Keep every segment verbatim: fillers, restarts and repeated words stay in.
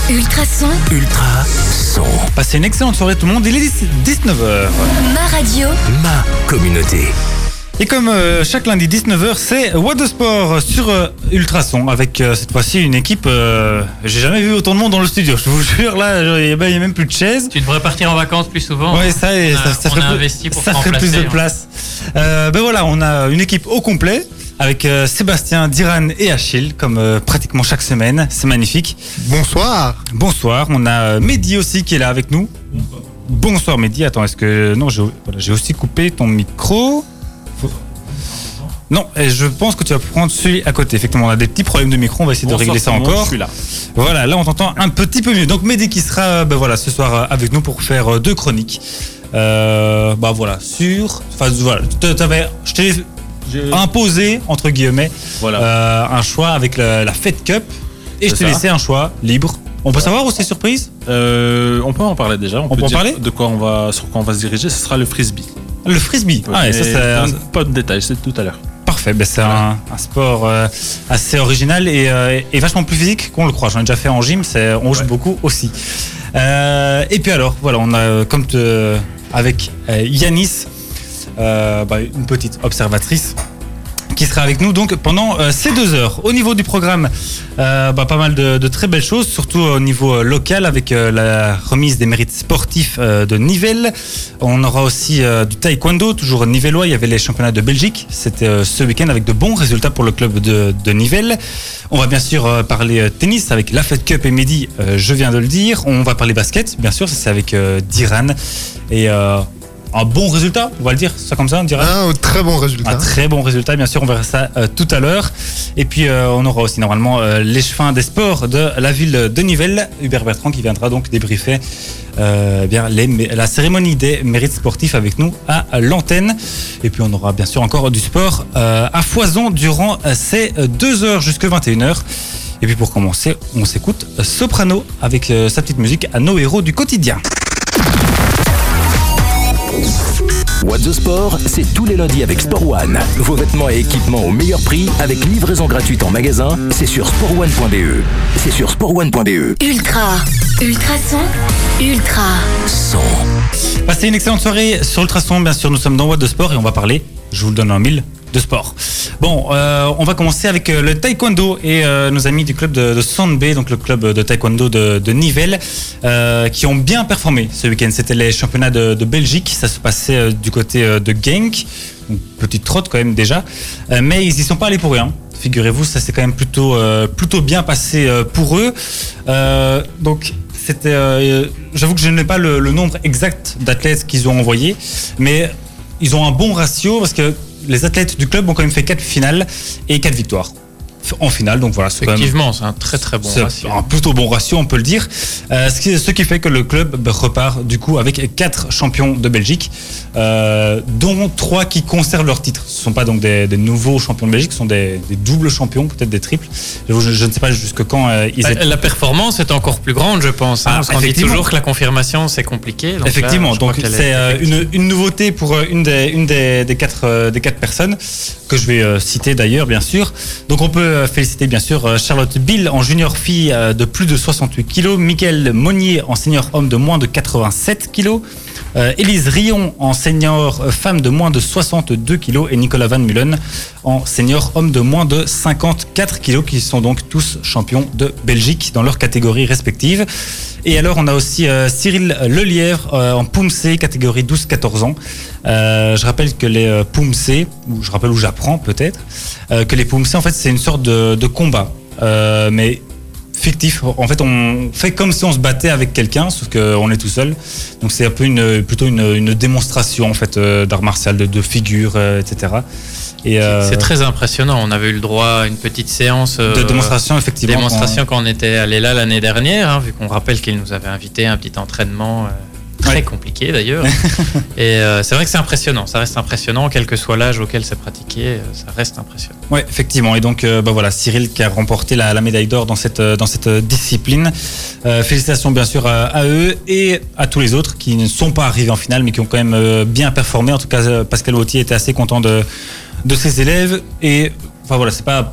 Ultrason. Ultrason. Passez une excellente soirée tout le monde, il est dix-neuf heures. Ma radio. Ma communauté. Et comme euh, chaque lundi dix-neuf heures, c'est What the Sport sur euh, Ultrason avec euh, cette fois-ci une équipe. Euh, j'ai jamais vu autant de monde dans le studio, je vous jure. Là, il n'y a même plus de chaises. Tu devrais partir en vacances plus souvent. Ouais, ça, et on a, ça, ça on ferait, a plus, investi pour ça ferait plus de place. Euh, ben voilà, on a une équipe au complet avec euh, Sébastien, Diran et Achille, comme euh, pratiquement chaque semaine. C'est magnifique. Bonsoir. Bonsoir. On a euh, Mehdi aussi qui est là avec nous. Bonsoir. Bonsoir Mehdi. Attends, est-ce que non, j'ai, voilà, j'ai aussi coupé ton micro. Faut... Non, et je pense que tu vas prendre celui à côté. Effectivement, on a des petits problèmes de micro. On va essayer Bonsoir, de régler ça encore. Je suis là. Voilà, là on t'entend un petit peu mieux. Donc Mehdi qui sera, ben voilà, ce soir avec nous pour faire deux chroniques. Euh, bah voilà, sur, enfin voilà, t'avais, je t'ai je... imposé entre guillemets, voilà, euh, un choix avec la, la Fed Cup et c'est je t'ai ça. laissé un choix libre. On peut ouais. savoir où c'est surprise euh, On peut en parler déjà. On, on peut, peut en parler. De quoi on va, sur quoi on va se diriger. Ce sera le frisbee. Le frisbee. Ouais, ah, et ça c'est un... pas de détails, c'est tout à l'heure. Parfait, ben c'est voilà. un, un sport euh, assez original et, euh, et vachement plus physique qu'on le croit. J'en ai déjà fait en gym, c'est, on joue ouais. beaucoup aussi. Euh, et puis alors, voilà, on a comme te, avec euh, Yanis, euh, bah, une petite observatrice qui sera avec nous donc pendant euh, ces deux heures. Au niveau du programme, euh, bah, pas mal de, de très belles choses, surtout au niveau euh, local avec euh, la remise des mérites sportifs euh, de Nivelles. On aura aussi euh, du taekwondo, toujours nivellois. Il y avait les championnats de Belgique. C'était euh, ce week-end avec de bons résultats pour le club de, de Nivelles. On va bien sûr euh, parler euh, tennis avec la Fed Cup et Mehdi, euh, je viens de le dire. On va parler basket, bien sûr, ça c'est avec euh, Diran. Et euh, un bon résultat, on va le dire, ça comme ça, on dirait. Un très bon résultat. Un très bon résultat, bien sûr, on verra ça euh, tout à l'heure. Et puis euh, on aura aussi normalement euh, l'échevin des sports de la ville de Nivelles, Hubert Bertrand, qui viendra donc débriefer euh, eh bien, les, la cérémonie des mérites sportifs avec nous à, à l'antenne. Et puis on aura bien sûr encore du sport euh, à foison durant euh, ces deux heures jusqu'à vingt et une heures. Et puis pour commencer, on s'écoute Soprano avec euh, sa petite musique à nos héros du quotidien. What the Sport, c'est tous les lundis avec Sport One. Vos vêtements et équipements au meilleur prix avec livraison gratuite en magasin. C'est sur sport one point b e. C'est sur sport one point b e. Ultra, Ultrason, Ultra Son. Passez une excellente soirée sur Ultrason. Bien sûr, nous sommes dans What the Sport et on va parler, je vous le donne en mille, de sport. Bon, euh, on va commencer avec euh, le taekwondo et euh, nos amis du club de, de Sandbé, donc le club de taekwondo de, de Nivelles, euh, qui ont bien performé ce week-end. C'était les championnats de, de Belgique, ça se passait euh, du côté euh, de Genk, donc petite trotte quand même déjà, euh, mais ils y sont pas allés pour rien. Figurez-vous, ça s'est quand même plutôt euh, plutôt bien passé euh, pour eux. Euh, donc c'était, euh, j'avoue que je n'ai pas le, le nombre exact d'athlètes qu'ils ont envoyés, mais ils ont un bon ratio parce que les athlètes du club ont quand même fait quatre finales et quatre victoires en finale, donc voilà. C'est Effectivement, quand même, c'est un très très bon c'est ratio. Un plutôt bon ratio, on peut le dire. Euh, ce, qui, ce qui fait que le club repart du coup avec quatre champions de Belgique, euh, dont trois qui conservent leur titre. Ce ne sont pas donc des, des nouveaux champions de Belgique, ce sont des, des doubles champions, peut-être des triples. Je, je, je ne sais pas jusque quand euh, ils bah, étaient... La performance est encore plus grande, je pense. Hein, ah, parce qu'on dit toujours que la confirmation c'est compliqué. Donc effectivement, là, donc c'est euh, une, une nouveauté pour une des, une des, des, quatre, euh, des quatre personnes que je vais euh, citer d'ailleurs, bien sûr. Donc on peut féliciter bien sûr Charlotte Bill en junior fille de plus de soixante-huit kilos, Mickaël Monnier en senior homme de moins de quatre-vingt-sept kilos, euh, Élise Rion en senior femme de moins de soixante-deux kilos et Nicolas Van Mullen en senior homme de moins de cinquante-quatre kilos, qui sont donc tous champions de Belgique dans leurs catégories respectives. Et alors on a aussi euh, Cyril Lelièvre euh, en Poum C, catégorie douze quatorze ans. Euh, je rappelle que les euh, Poum C, ou je rappelle où j'apprends peut-être, euh, que les Poum C en fait c'est une sorte de, de combat, euh, mais fictif. En fait on fait comme si on se battait avec quelqu'un, sauf qu'on est tout seul. Donc c'est un peu une, plutôt une, une démonstration en fait euh, d'art martial, de, de figures, euh, et cetera. Et euh, c'est très impressionnant. On avait eu le droit à une petite séance euh, de démonstration, effectivement. Démonstration quand on était allé là l'année dernière, hein, vu qu'on rappelle qu'il nous avait invité à un petit entraînement euh, très ouais. compliqué d'ailleurs. Et euh, c'est vrai que c'est impressionnant. Ça reste impressionnant, quel que soit l'âge auquel c'est pratiqué, ça reste impressionnant. Oui, effectivement. Et donc, euh, bah voilà, Cyril qui a remporté la, la médaille d'or dans cette dans cette discipline. Euh, félicitations bien sûr à, à eux et à tous les autres qui ne sont pas arrivés en finale, mais qui ont quand même euh, bien performé. En tout cas, Pascal Wautier était assez content de de ses élèves et enfin voilà, c'est pas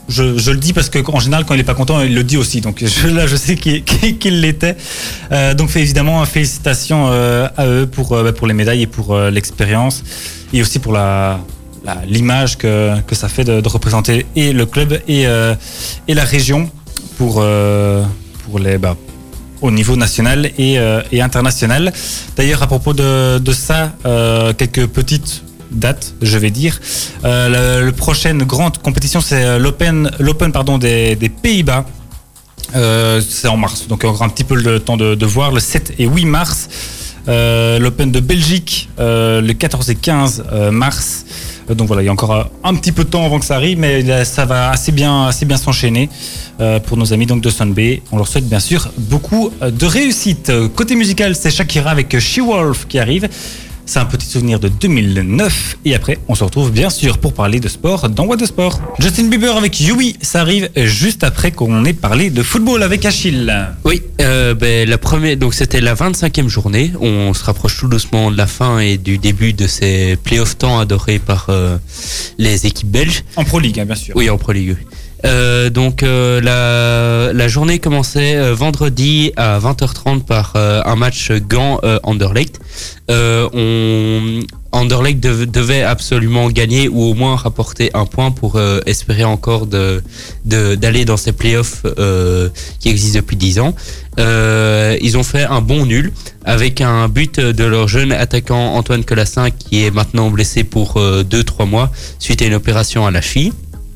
je, je le dis parce que en général quand il est pas content il le dit aussi, donc je, là je sais qu'il, qu'il l'était. Euh, donc fait, évidemment félicitations euh, à eux pour euh, pour les médailles et pour euh, l'expérience et aussi pour la, la l'image que que ça fait de, de représenter et le club et euh, et la région pour euh, pour les bah, au niveau national et euh, et international. D'ailleurs à propos de de ça, euh, quelques petites date, je vais dire. Euh, la, la prochaine grande compétition, c'est l'Open, l'Open pardon, des, des Pays-Bas. Euh, c'est en mars, donc on aura un petit peu le temps de, de voir. Le sept et huit mars. Euh, L'Open de Belgique, euh, le quatorze et quinze euh, mars. Euh, donc voilà, il y a encore un petit peu de temps avant que ça arrive, mais là, ça va assez bien, assez bien s'enchaîner euh, pour nos amis donc, de Sunbay. On leur souhaite bien sûr beaucoup de réussite. Côté musical, c'est Shakira avec She-Wolf qui arrive. C'est un petit souvenir de deux mille neuf. Et après, on se retrouve bien sûr pour parler de sport dans What the Sport. Justin Bieber avec Yui, ça arrive juste après qu'on ait parlé de football avec Achille. Oui, euh, ben, la première, donc c'était la vingt-cinquième journée. On se rapproche tout doucement de la fin et du début de ces playoffs tant adorés par euh, les équipes belges. En Pro League, hein, bien sûr. Oui, en Pro League. Euh, donc euh, la, la journée commençait euh, vendredi à vingt heures trente par euh, un match Gand-Anderlecht. Euh, on Anderlecht dev, devait absolument gagner ou au moins rapporter un point pour euh, espérer encore de, de d'aller dans ces playoffs euh, qui existent depuis dix ans. Euh, ils ont fait un bon nul avec un but de leur jeune attaquant Antoine Colassin qui est maintenant blessé pour euh, deux trois mois suite à une opération à la cheville.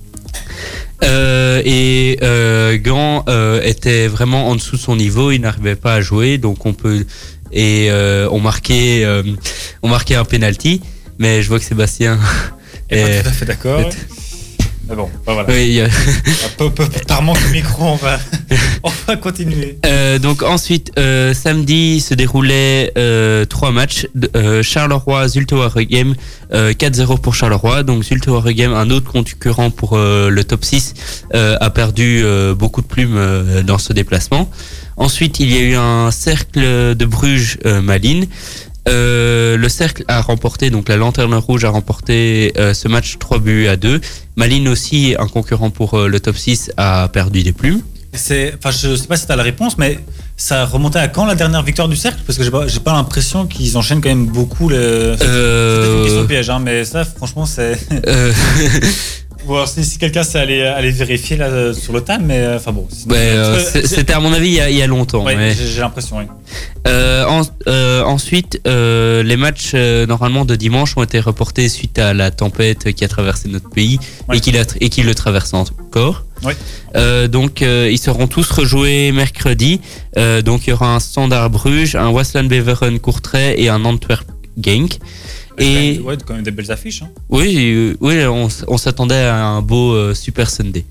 Euh, et euh, Gand euh, était vraiment en dessous de son niveau, il n'arrivait pas à jouer, donc on peut et euh, on marquait euh, on marquait un penalty, mais je vois que Sébastien est, est pas tout à fait d'accord. Est... Mais bon, bah voilà. Oui, euh... par manque de micro, on va, on va continuer. Euh, donc ensuite, euh, samedi se déroulaient euh, trois matchs. Euh, Charleroi, Zulte Waregem, euh, quatre zéro pour Charleroi. Donc Zulte Waregem, un autre concurrent pour euh, le top six, euh, a perdu euh, beaucoup de plumes euh, dans ce déplacement. Ensuite, il y a eu un cercle de Bruges euh, Malines. Euh, le cercle a remporté, donc la Lanterne Rouge a remporté euh, ce match trois buts à deux. Malines aussi, un concurrent pour euh, le top six, a perdu des plumes. C'est, enfin, je sais pas si tu as la réponse, mais ça remontait à quand la dernière victoire du cercle? Parce que j'ai pas, j'ai pas l'impression qu'ils enchaînent quand même beaucoup. Le... Euh... C'est peut-être une question piège, hein, mais ça, franchement, c'est. Euh... Bon, alors, si, si quelqu'un sait aller, aller vérifier là sur le T A M, mais enfin bon. Ouais, euh, c'était à mon avis il y a, il y a longtemps. Ouais, mais... j'ai, j'ai l'impression, oui. Euh, en, euh, ensuite, euh, les matchs euh, normalement de dimanche ont été reportés suite à la tempête qui a traversé notre pays ouais. et, qui la, et qui le traverse encore. Ouais. Euh, donc euh, ils seront tous rejoués mercredi. Euh, donc il y aura un Standard Bruges, un Waasland Beveren Courtrai et un Antwerp Genk. Et ouais, quand même des belles affiches. Hein. Oui, euh, oui, on, on s'attendait à un beau euh, Super Sunday.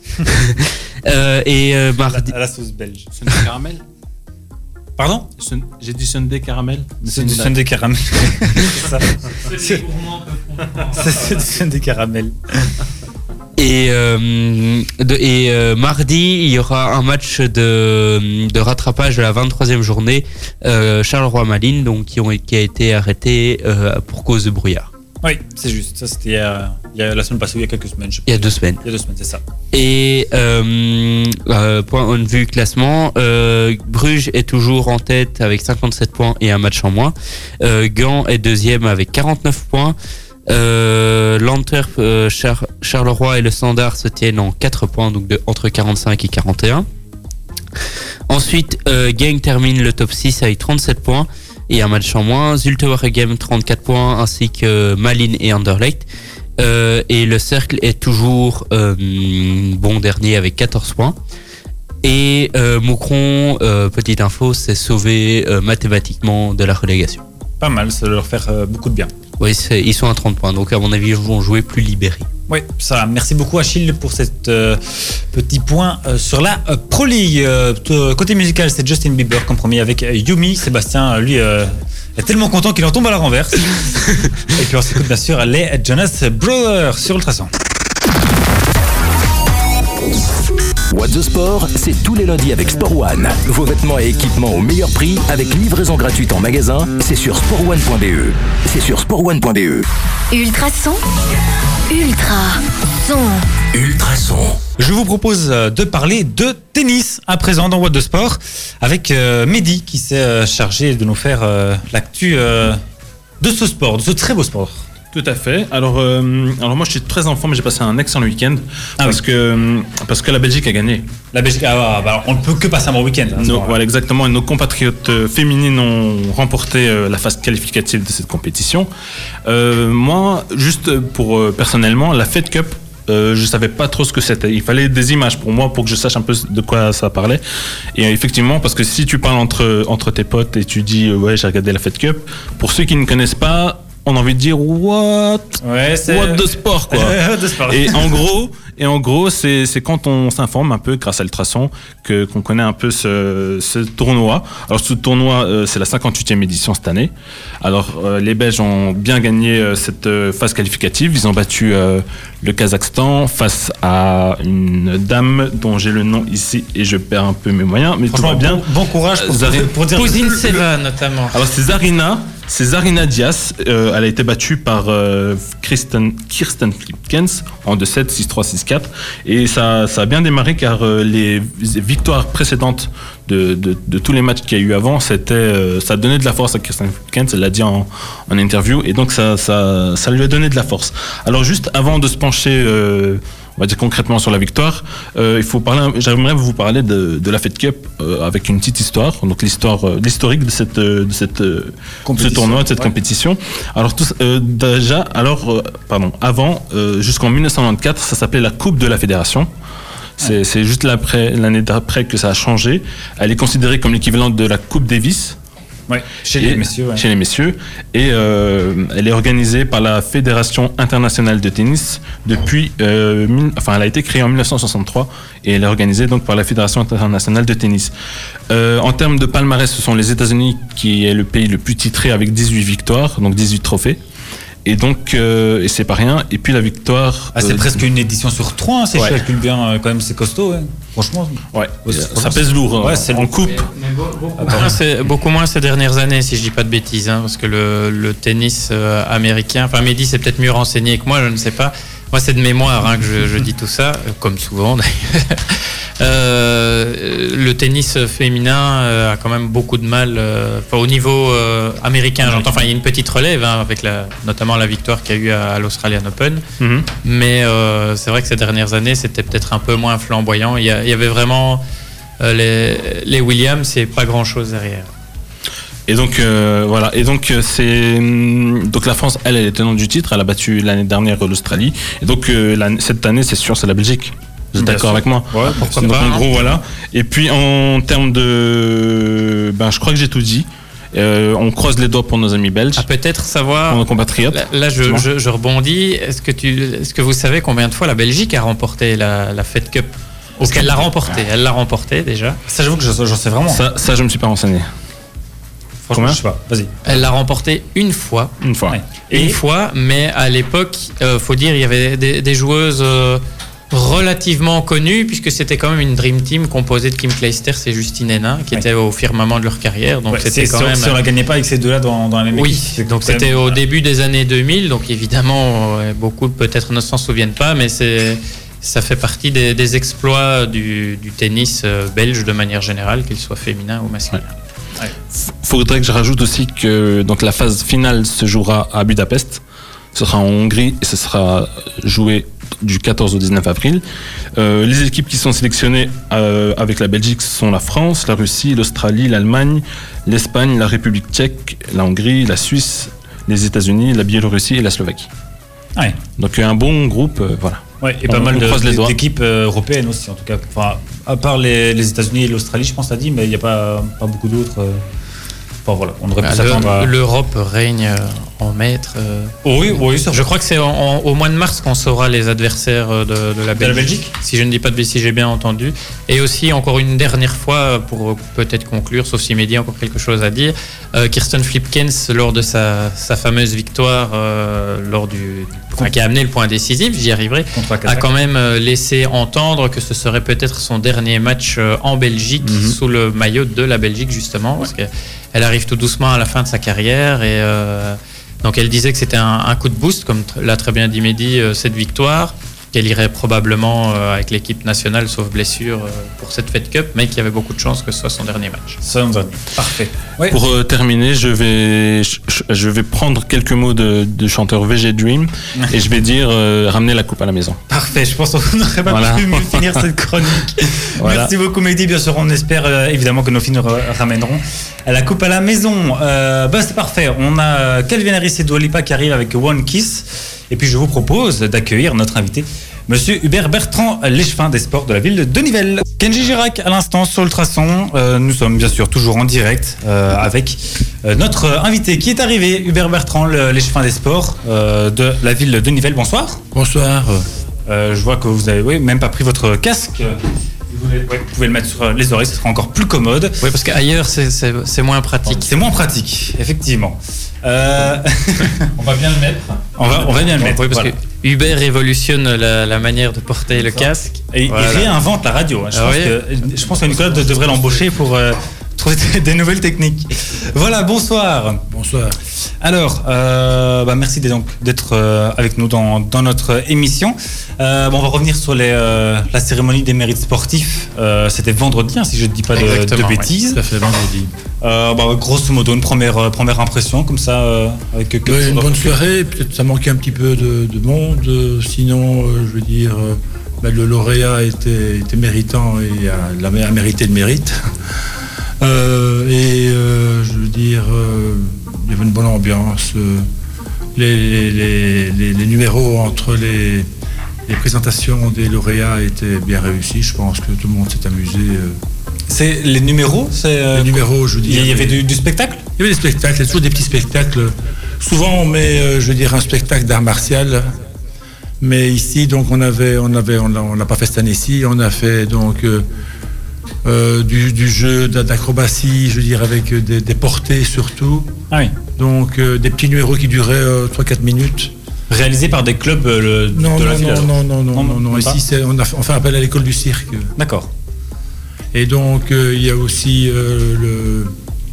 euh, et euh, mardi. À la, à la sauce belge. Sunday caramel. Pardon? J'ai dit Sunday caramel. C'est du Sunday caramel. C'est ça. C'est du Sunday caramel. Et, euh, de, et euh, mardi, il y aura un match de, de rattrapage de la vingt-troisième journée, euh, Charleroi-Malines, donc qui, ont, qui a été arrêté euh, pour cause de brouillard. Oui, c'est juste. Ça, c'était il y a, il y a la semaine passée ou il y a quelques semaines. Je sais pas. Il y a deux semaines. Il y a deux semaines, c'est ça. Et euh, euh, point de vue classement, euh, Bruges est toujours en tête avec cinquante-sept points et un match en moins. Euh, Gand est deuxième avec quarante-neuf points. Euh, L'Antwerp, euh, Char- Charleroi et le Standard se tiennent en quatre points, donc de, entre quarante-cinq et quarante et un. Ensuite, euh, Genk termine le top six avec trente-sept points et un match en moins. Zulte Waregem trente-quatre points, ainsi que Malines et Anderlecht. Euh, et le cercle est toujours euh, bon dernier avec quatorze points. Et euh, Moucron, euh, petite info, s'est sauvé euh, mathématiquement de la relégation. Pas mal, ça va leur faire euh, beaucoup de bien. Oui, c'est, ils sont à trente points, donc à mon avis, ils vont jouer plus libérés. Oui, ça va. Merci beaucoup Achille pour ce euh, petit point euh, sur la euh, Pro League. Euh, côté musical, c'est Justin Bieber, compromis avec euh, Yumi. Sébastien, lui, euh, est tellement content qu'il en tombe à la renverse. Et puis on s'écoute bien sûr les Jonas Brothers sur Ultrason. What the Sport, c'est tous les lundis avec Sport One. Vos vêtements et équipements au meilleur prix avec livraison gratuite en magasin, c'est sur sport one point b e. C'est sur sport one point b e. Ultrason, Ultra son. Ultrason. Je vous propose de parler de tennis à présent dans What the Sport avec euh, Mehdi qui s'est euh, chargé de nous faire euh, l'actu euh, de ce sport, de ce très beau sport. Tout à fait. Alors, euh, alors moi, je suis très en forme, mais j'ai passé un excellent week-end Ah parce oui. que parce que la Belgique a gagné. La Belgique, ah, bah, alors, on ne peut que passer un bon week-end. Hein, Nos, voilà, exactement. Et nos compatriotes euh, féminines ont remporté euh, la phase qualificative de cette compétition. Euh, moi, juste pour euh, personnellement, la Fed Cup. Euh, je savais pas trop ce que c'était. Il fallait des images pour moi pour que je sache un peu de quoi ça parlait. Et euh, effectivement, parce que si tu parles entre entre tes potes et tu dis euh, ouais j'ai regardé la Fed Cup, pour ceux qui ne connaissent pas, on a envie de dire what Ouais, c'est... what de sport quoi. What the sport. Et en gros, et en gros, c'est c'est quand on s'informe un peu grâce à Ultrason que qu'on connaît un peu ce ce tournoi. Alors ce tournoi, euh, c'est la cinquante-huitième édition cette année. Alors euh, les Belges ont bien gagné euh, cette euh, phase qualificative. Ils ont battu euh, le Kazakhstan face à une dame dont j'ai le nom ici et je perds un peu mes moyens, mais tout va Franchement, bien. bon, bon courage pour, Zarine- pour dire... Puzintseva notamment. Alors c'est Zarina, c'est Zarina Diaz. Euh, elle a été battue par euh, Kirsten, Kirsten Flipkens en deux sept, six trois, six quatre. Et ça, ça a bien démarré car euh, les victoires précédentes de, de, de tous les matchs qu'il y a eu avant, c'était, euh, ça donnait de la force à Kirsten Flipkens. Elle l'a dit en, en interview. Et donc ça, ça, ça lui a donné de la force. Alors juste avant de se pencher... Euh, on va dire concrètement sur la victoire, euh, il faut parler. J'aimerais vous parler de, de la Fed Cup euh, avec une petite histoire, donc l'histoire, euh, l'historique de cette, euh, de cette, euh, ce tournoi, de cette ouais. compétition. Alors tout, euh, déjà, alors, euh, pardon, avant, euh, jusqu'en mille neuf cent quatre-vingt-quatorze, ça s'appelait la Coupe de la Fédération. C'est, ouais. c'est juste l'après, l'année d'après que ça a changé. Elle est considérée comme l'équivalent de la Coupe Davis. Ouais, chez et, les messieurs. Ouais. Chez les messieurs. Et euh, elle est organisée par la Fédération internationale de tennis depuis. Euh, mille, enfin, elle a été créée en mille neuf cent soixante-trois et elle est organisée donc par la Fédération internationale de tennis. Euh, en termes de palmarès, ce sont les États-Unis qui est le pays le plus titré avec dix-huit victoires, donc dix-huit trophées. Et donc, euh, et c'est pas rien. Et puis la victoire. Ah, c'est euh, presque une édition sur trois, hein, si ouais. je calcule bien, euh, quand même, c'est costaud, ouais. Franchement. Ouais, ouais ça pèse lourd. Ouais, hein, c'est en lourd. coupe. Mais, mais beaucoup, moins, c'est, beaucoup moins ces dernières années, si je dis pas de bêtises, hein, parce que le, le tennis euh, américain, enfin Mehdi c'est peut-être mieux renseigné que moi, je ne sais pas. Moi, c'est de mémoire hein, que je, je dis tout ça, comme souvent d'ailleurs. Euh, le tennis féminin euh, a quand même beaucoup de mal, euh, au niveau euh, américain, j'entends. Enfin, il y a une petite relève hein, avec la, notamment la victoire qu'il y a eu à, à l'Australian Open. Mm-hmm. Mais euh, c'est vrai que ces dernières années, c'était peut-être un peu moins flamboyant. Il y, a, il y avait vraiment euh, les, les Williams, c'est pas grand-chose derrière. Et donc euh, voilà. Et donc c'est donc la France, elle, elle est tenante du titre. Elle a battu l'année dernière l'Australie. Et donc euh, cette année, c'est sûr, c'est la Belgique. Vous êtes d'accord avec moi? Ouais, pourquoi donc, pas. En hein. gros, voilà. Et puis en termes de, ben je crois que j'ai tout dit. Euh, on croise les doigts pour nos amis belges. Ah, peut-être savoir. Pour nos compatriotes. Là, là je, je, je rebondis. Est-ce que tu, est-ce que vous savez combien de fois la Belgique a remporté la, la Fed Cup? Parce qu'elle l'a remporté. Elle l'a remporté déjà. Ça, j'avoue que j'en sais vraiment. Ça, ça, je me suis pas renseigné. Franchement, je sais pas. Vas-y. Elle l'a remporté une fois. Une fois. Ouais. Et une fois, mais à l'époque, euh, faut dire, il y avait des, des joueuses euh, relativement connues, puisque c'était quand même une Dream Team composée de Kim Clijsters et Justine Henin, qui ouais. étaient au firmament de leur carrière. Donc ouais, c'était quand si même. Si on la gagnait pas avec ces deux-là dans, dans la même oui, équipe. donc c'était même, au voilà. début des années deux mille. Donc évidemment, euh, beaucoup peut-être ne s'en souviennent pas, mais c'est. Ça fait partie des, des exploits du, du tennis euh, belge de manière générale, qu'il soit féminin ou masculin. Ouais. Faudrait que je rajoute aussi que donc la phase finale se jouera à Budapest. Ce sera en Hongrie et ce sera joué du quatorze au dix-neuf avril. Euh, les équipes qui sont sélectionnées euh, avec la Belgique sont la France, la Russie, l'Australie, l'Allemagne, l'Espagne, la République tchèque, la Hongrie, la Suisse, les États-Unis, la Biélorussie et la Slovaquie. Ouais. Donc un bon groupe, euh, voilà. Ouais, et on, pas mal de, d'équipes euh, européennes aussi, en tout cas. Enfin, à part les, les États-Unis et l'Australie, je pense, t'as dit, mais il n'y a pas, pas beaucoup d'autres. Euh... Enfin, voilà, on aurait pu bah, s'attendre à... L'Europe règne en maître. Euh... Oh, oui, oui, ça. Je crois que c'est en, en, au mois de mars qu'on saura les adversaires de, de la Belgique. De la Belgique. Si je ne dis pas de bêtises, j'ai bien entendu. Et aussi, encore une dernière fois, pour peut-être conclure, sauf si Mehdi a encore quelque chose à dire, euh, Kirsten Flipkens, lors de sa, sa fameuse victoire, euh, lors du, enfin, qui a amené le point décisif, j'y arriverai, a quand même laissé entendre que ce serait peut-être son dernier match en Belgique, mm-hmm. sous le maillot de la Belgique, justement, ouais. parce que elle arrive tout doucement à la fin de sa carrière et euh, donc elle disait que c'était un, un coup de boost, comme l'a très bien dit Mehdi, euh, cette victoire. qu'elle irait probablement euh, avec l'équipe nationale, sauf blessure, euh, pour cette Fed Cup, mais qu'il y avait beaucoup de chances que ce soit son dernier match. Son dernier. Parfait. Oui. Pour euh, terminer, je vais, je, je vais prendre quelques mots de, de chanteur V G Dream et je vais dire euh, ramener la coupe à la maison. Parfait, je pense qu'on n'aurait pas Voilà. pu mieux finir cette chronique. Voilà. Merci beaucoup Mehdi, bien sûr on espère euh, évidemment que nos filles nous ra- ramèneront la coupe à la maison. Euh, bah, c'est parfait, on a Calvin Harris et Dua Lipa qui arrivent avec One Kiss et puis je vous propose d'accueillir notre invité Monsieur Hubert Bertrand, l'échevin des sports de la ville de Nivelles. Kenji Girac à l'instant sur Ultrason. Euh, nous sommes bien sûr toujours en direct euh, avec euh, notre invité qui est arrivé, Hubert Bertrand, le- l'échevin des sports euh, de la ville de Nivelles. Bonsoir. Bonsoir. Euh, je vois que vous avez oui, même pas pris votre casque. Vous, voulez- ouais, vous pouvez le mettre sur les oreilles, ce sera encore plus commode. Oui, parce qu'ailleurs, c'est, c'est, c'est moins pratique. C'est moins pratique, effectivement. Euh, On va bien le mettre. on, va, on va bien le mettre. Oui, parce voilà. que Hubert révolutionne la, la manière de porter le casque. Et Voilà. il réinvente la radio. hein. Je, Ah pense oui. que, je pense que Nicolas de- devrait l'embaucher pour euh, trouver des, des nouvelles techniques. Voilà, bonsoir. Bonsoir. Alors, euh, bah, merci d'être, donc, d'être euh, avec nous dans, dans notre émission. Euh, bon, on va revenir sur les, euh, la cérémonie des mérites sportifs. Euh, c'était vendredi, hein, si je ne dis pas de, de Exactement, bêtises. Ça fait vendredi. Euh, bah, grosso modo, une première, euh, première impression, comme ça, euh, avec quelques Ouais, une petits- bonne soirée. Peut-être ça manquait un petit peu de, de monde. euh, Sinon, euh, je veux dire, euh, bah, le lauréat était, était méritant et a, a mérité le mérite. Euh, et euh, je veux dire, euh, il y avait une bonne ambiance. euh, les, les- les- les numéros entre les, les présentations des lauréats étaient bien réussis. Je pense que tout le monde s'est amusé. euh. C'est les numéros c'est, euh, Les numéros, je veux Il dire. y avait du, du spectacle. Il y avait des spectacles, il y a toujours des petits spectacles. Souvent, on met, euh, je veux dire, un spectacle d'art martial. Mais ici, donc, on avait, on avait, on l'a, on l'a pas fait cette année-ci. On a fait donc euh, euh, du, du jeu d'a- d'acrobatie, je veux dire, avec des, des portées surtout. Ah oui. Donc, euh, des petits numéros qui duraient euh, trois quatre minutes. Réalisé par des clubs euh, le- Non, de la non, ville. non, alors. non, non, non, Non, non, non. même pas. Ici, c'est, on, a, on fait appel à l'école du cirque. D'accord. Et donc, euh, il y a aussi euh, le,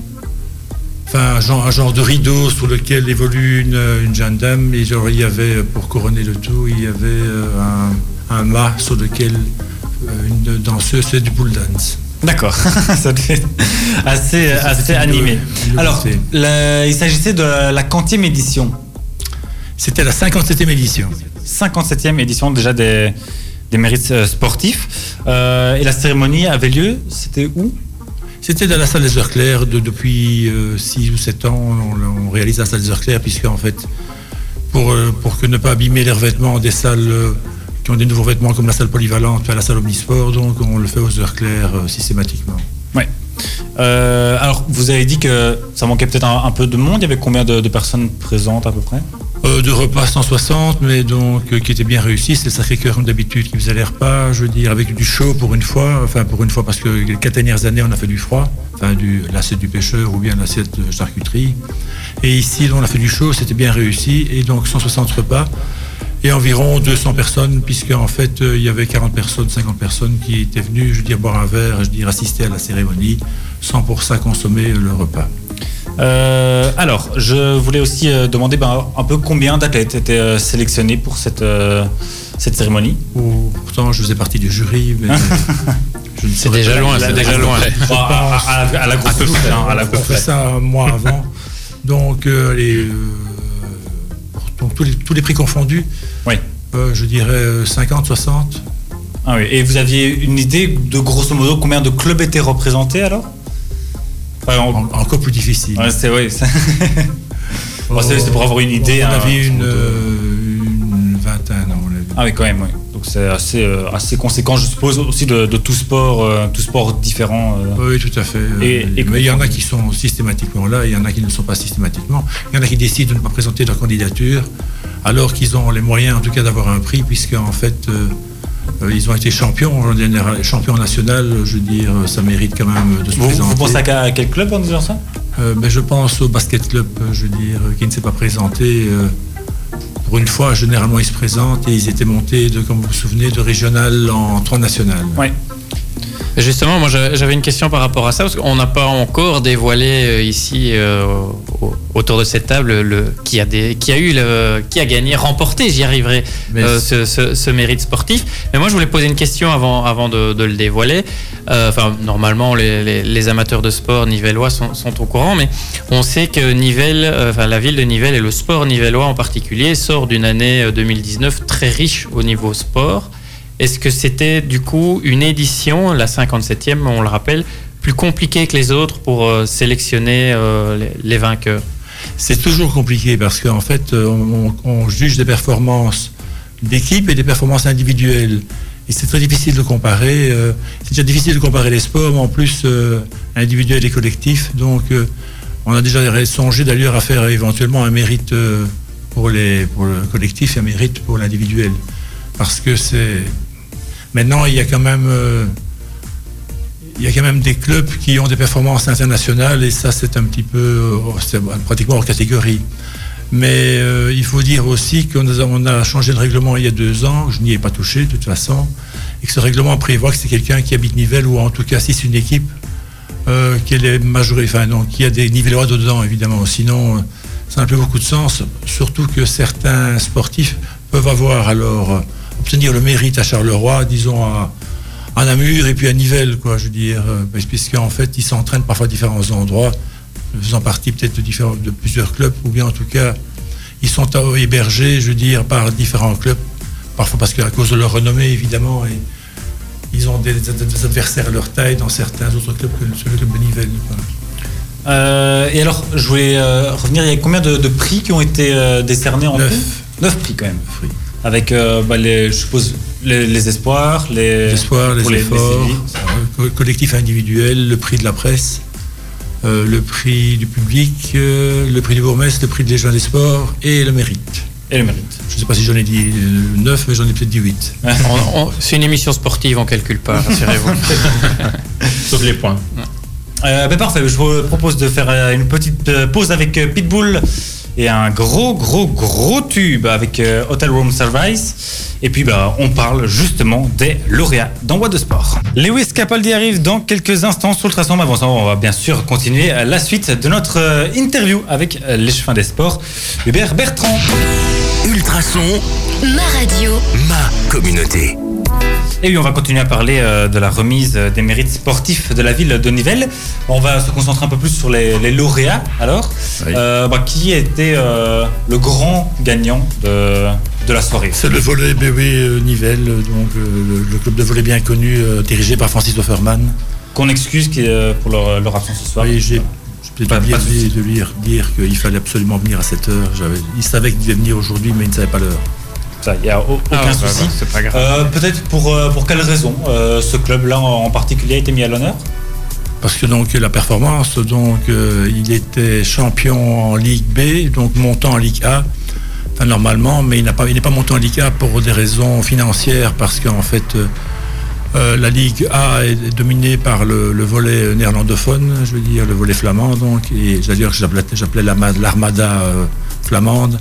enfin, un genre, un genre de rideau sur lequel évolue une, une jeune dame. Et genre, il y avait, pour couronner le tout, il y avait euh, un, un mât sur lequel euh, une danseuse fait du pole dance. D'accord. Ça devait être assez, assez une- animé. une Alors, nouveauté. la- il s'agissait de la quantième édition. C'était la cinquante-septième édition. cinquante-septième édition déjà des, des mérites euh, sportifs. Euh, et la cérémonie avait lieu, c'était où? C'était dans la salle des Heures Claires de- depuis six ou sept ans. On, on réalise la salle des Heures Claires, puisque en fait, pour, euh, pour que ne pas abîmer les revêtements des salles euh, qui ont des nouveaux vêtements comme la salle polyvalente, enfin, la salle Omnisport, donc on le fait aux Heures Claires euh, systématiquement. Ouais. Euh, alors, vous avez dit que ça manquait peut-être un, un peu de monde. Il y avait combien de, de personnes présentes à peu près? Euh, de repas cent soixante, mais donc euh, qui était bien réussi. C'est le Sacré-Cœur comme d'habitude qui faisait les repas, je veux dire, avec du chaud pour une fois. Enfin, pour une fois, parce que les quatre dernières années, on a fait du froid. Enfin, du, l'assiette du pêcheur ou bien l'assiette de charcuterie. Et ici, on a fait du chaud, c'était bien réussi. Et donc, cent soixante repas. Et environ deux cents personnes, puisque en fait, euh, il y avait quarante personnes, cinquante personnes qui étaient venues, je veux dire, boire un verre, je veux dire, assister à la cérémonie, sans pour ça consommer euh, le repas. Euh, alors, je voulais aussi euh, demander ben, un peu combien d'athlètes étaient euh, sélectionnés pour cette, euh, cette cérémonie. Ou, pourtant, je faisais partie du jury, mais je ne C'est saurais déjà pas. loin, La- c'est la- déjà la- loin. Bon, à, à- à la grosse louche, hein, à la On grosse fait louche. ça un mois avant. Donc, euh, les, euh, pour- donc, tous, les, tous les prix confondus, Oui. euh, je dirais euh, cinquante, soixante. Ah oui. Et vous aviez une idée de grosso modo combien de clubs étaient représentés alors? Enfin, on- En- encore plus difficile. ouais, c'est oui. c'est- Bon, c'est c'est pour avoir une idée. On hein, avait une, grosso modo. euh, une vingtaine, on l'a vu. Ah oui, quand même, oui. Donc c'est assez, euh, assez conséquent, je suppose, aussi de, de tout sport, euh, tout sport différent. euh. Oui, tout à fait. Et- Euh, et mais il y en a confondu. qui sont systématiquement là, et il y en a qui ne le sont pas systématiquement. Il y en a qui décident de ne pas présenter leur candidature, alors qu'ils ont les moyens, en tout cas, d'avoir un prix, puisque en fait, euh, euh, ils ont été champions, en général, champions national. Je veux dire, ça mérite quand même de se Vous, présenter. vous pensez à, quel- à quel club en disant ça? Euh, ben, je pense au basket club, euh, je veux dire, euh, qui ne s'est pas présenté. euh, pour une fois, généralement, ils se présentent et ils étaient montés, de, comme vous vous souvenez, de régional en trois nationales. Oui. Justement, moi j'avais une question par rapport à ça, parce qu'on n'a pas encore dévoilé ici euh, autour de cette table le, qui, a des, qui a eu le, qui a gagné, remporté, j'y arriverai, euh, ce, ce, ce mérite sportif. Mais moi je voulais poser une question avant, avant de, de le dévoiler. Euh, enfin, normalement les, les, les amateurs de sport nivellois sont, sont au courant, mais on sait que Nivelles, euh, enfin, la ville de Nivelles et le sport nivellois en particulier sort d'une année deux mille dix-neuf très riche au niveau sport. Est-ce que c'était du coup une édition, la cinquante-septième, on le rappelle, plus compliquée que les autres pour euh, sélectionner euh, les, les vainqueurs? C'est toujours compliqué parce qu'en fait, on, on juge des performances d'équipe et des performances individuelles. Et c'est très difficile de comparer. Euh, c'est déjà difficile de comparer les sports, mais en plus euh, individuel et collectif. Donc, euh, on a déjà songé d'ailleurs à faire éventuellement un mérite euh, pour, les, pour le collectif et un mérite pour l'individuel. Parce que c'est... Maintenant, il y a quand même, euh, il y a quand même des clubs qui ont des performances internationales et ça, c'est un petit peu, c'est pratiquement hors catégorie. Mais euh, il faut dire aussi qu'on a, on a changé le règlement il y a deux ans, je n'y ai pas touché de toute façon, et que ce règlement prévoit que c'est quelqu'un qui habite Nivelles ou en tout cas si c'est une équipe euh, qui est majorée, enfin donc qui a des Nivellois dedans évidemment. Sinon, euh, ça n'a plus beaucoup de sens. Surtout que certains sportifs peuvent avoir alors euh, obtenir le mérite à Charleroi, disons à, à Namur et puis à Nivelles, quoi, je veux dire, euh, puisqu'en fait ils s'entraînent parfois à différents endroits, faisant partie peut-être de, différents, de plusieurs clubs, ou bien en tout cas ils sont hébergés, je veux dire, par différents clubs, parfois parce qu'à cause de leur renommée évidemment, et ils ont des, des, des adversaires à leur taille dans certains autres clubs que le club de Nivelles. Euh, et alors, je voulais euh, revenir, il y a combien de, de prix qui ont été euh, décernés en Neuf. tout Neuf prix quand même. Oui. Avec, euh, bah, les, je suppose, les, les espoirs, les, les espoirs, les pour efforts, les, les collectif individuel, le prix de la presse, euh, le prix du public, euh, le prix du bourgmestre, le prix de l'échelle des sports et le mérite. Et le mérite. Je ne sais pas si j'en ai dit neuf, mais j'en ai peut-être dit huit. on, on, c'est une émission sportive, on ne calcule pas, rassurez-vous. Sauf les points. Euh, ben parfait, je vous propose de faire une petite pause avec Pitbull et un gros, gros, gros tube avec euh, Hotel Room Service. Et puis, bah, on parle justement des lauréats dans What the Sport. Lewis Capaldi arrive dans quelques instants sur Ultrason. Mais avant ça, on va bien sûr continuer la suite de notre euh, interview avec euh, l'échevin des sports, Hubert Bertrand. Ultrason, Ma radio. ma communauté. Et oui, on va continuer à parler euh, de la remise des mérites sportifs de la ville de Nivelles. On va se concentrer un peu plus sur les, les lauréats, alors. Oui. Euh, bah, qui était euh, le grand gagnant de, de la soirée? C'est le volley B W euh, Nivelles, donc euh, le, le club de volley bien connu, euh, dirigé par Francis Offerman. Qu'on excuse qui, euh, pour leur, leur absence ce soir. Oui, j'ai j'ai Pas- peut-être pas de oublié souci. de lui dire qu'il fallait absolument venir à cette heure. J'avais, il savait qu'il devait venir aujourd'hui, mais il ne savait pas l'heure. Ça, il n'y a au- aucun Ah, souci. bah, bah, c'est pas grave. Euh, peut-être pour, euh, pour quelle raison euh, ce club-là en, en particulier a été mis à l'honneur? Parce que donc la performance, donc euh, il était champion en Ligue B, donc montant en Ligue A, enfin, normalement, mais il n'a pas, il n'est pas monté en Ligue A pour des raisons financières, parce qu'en fait euh, euh, la Ligue A est dominée par le, le volet néerlandophone, je veux dire le volet flamand, donc, et j'allais dire que j'appelais, j'appelais la- l'armada euh, flamande.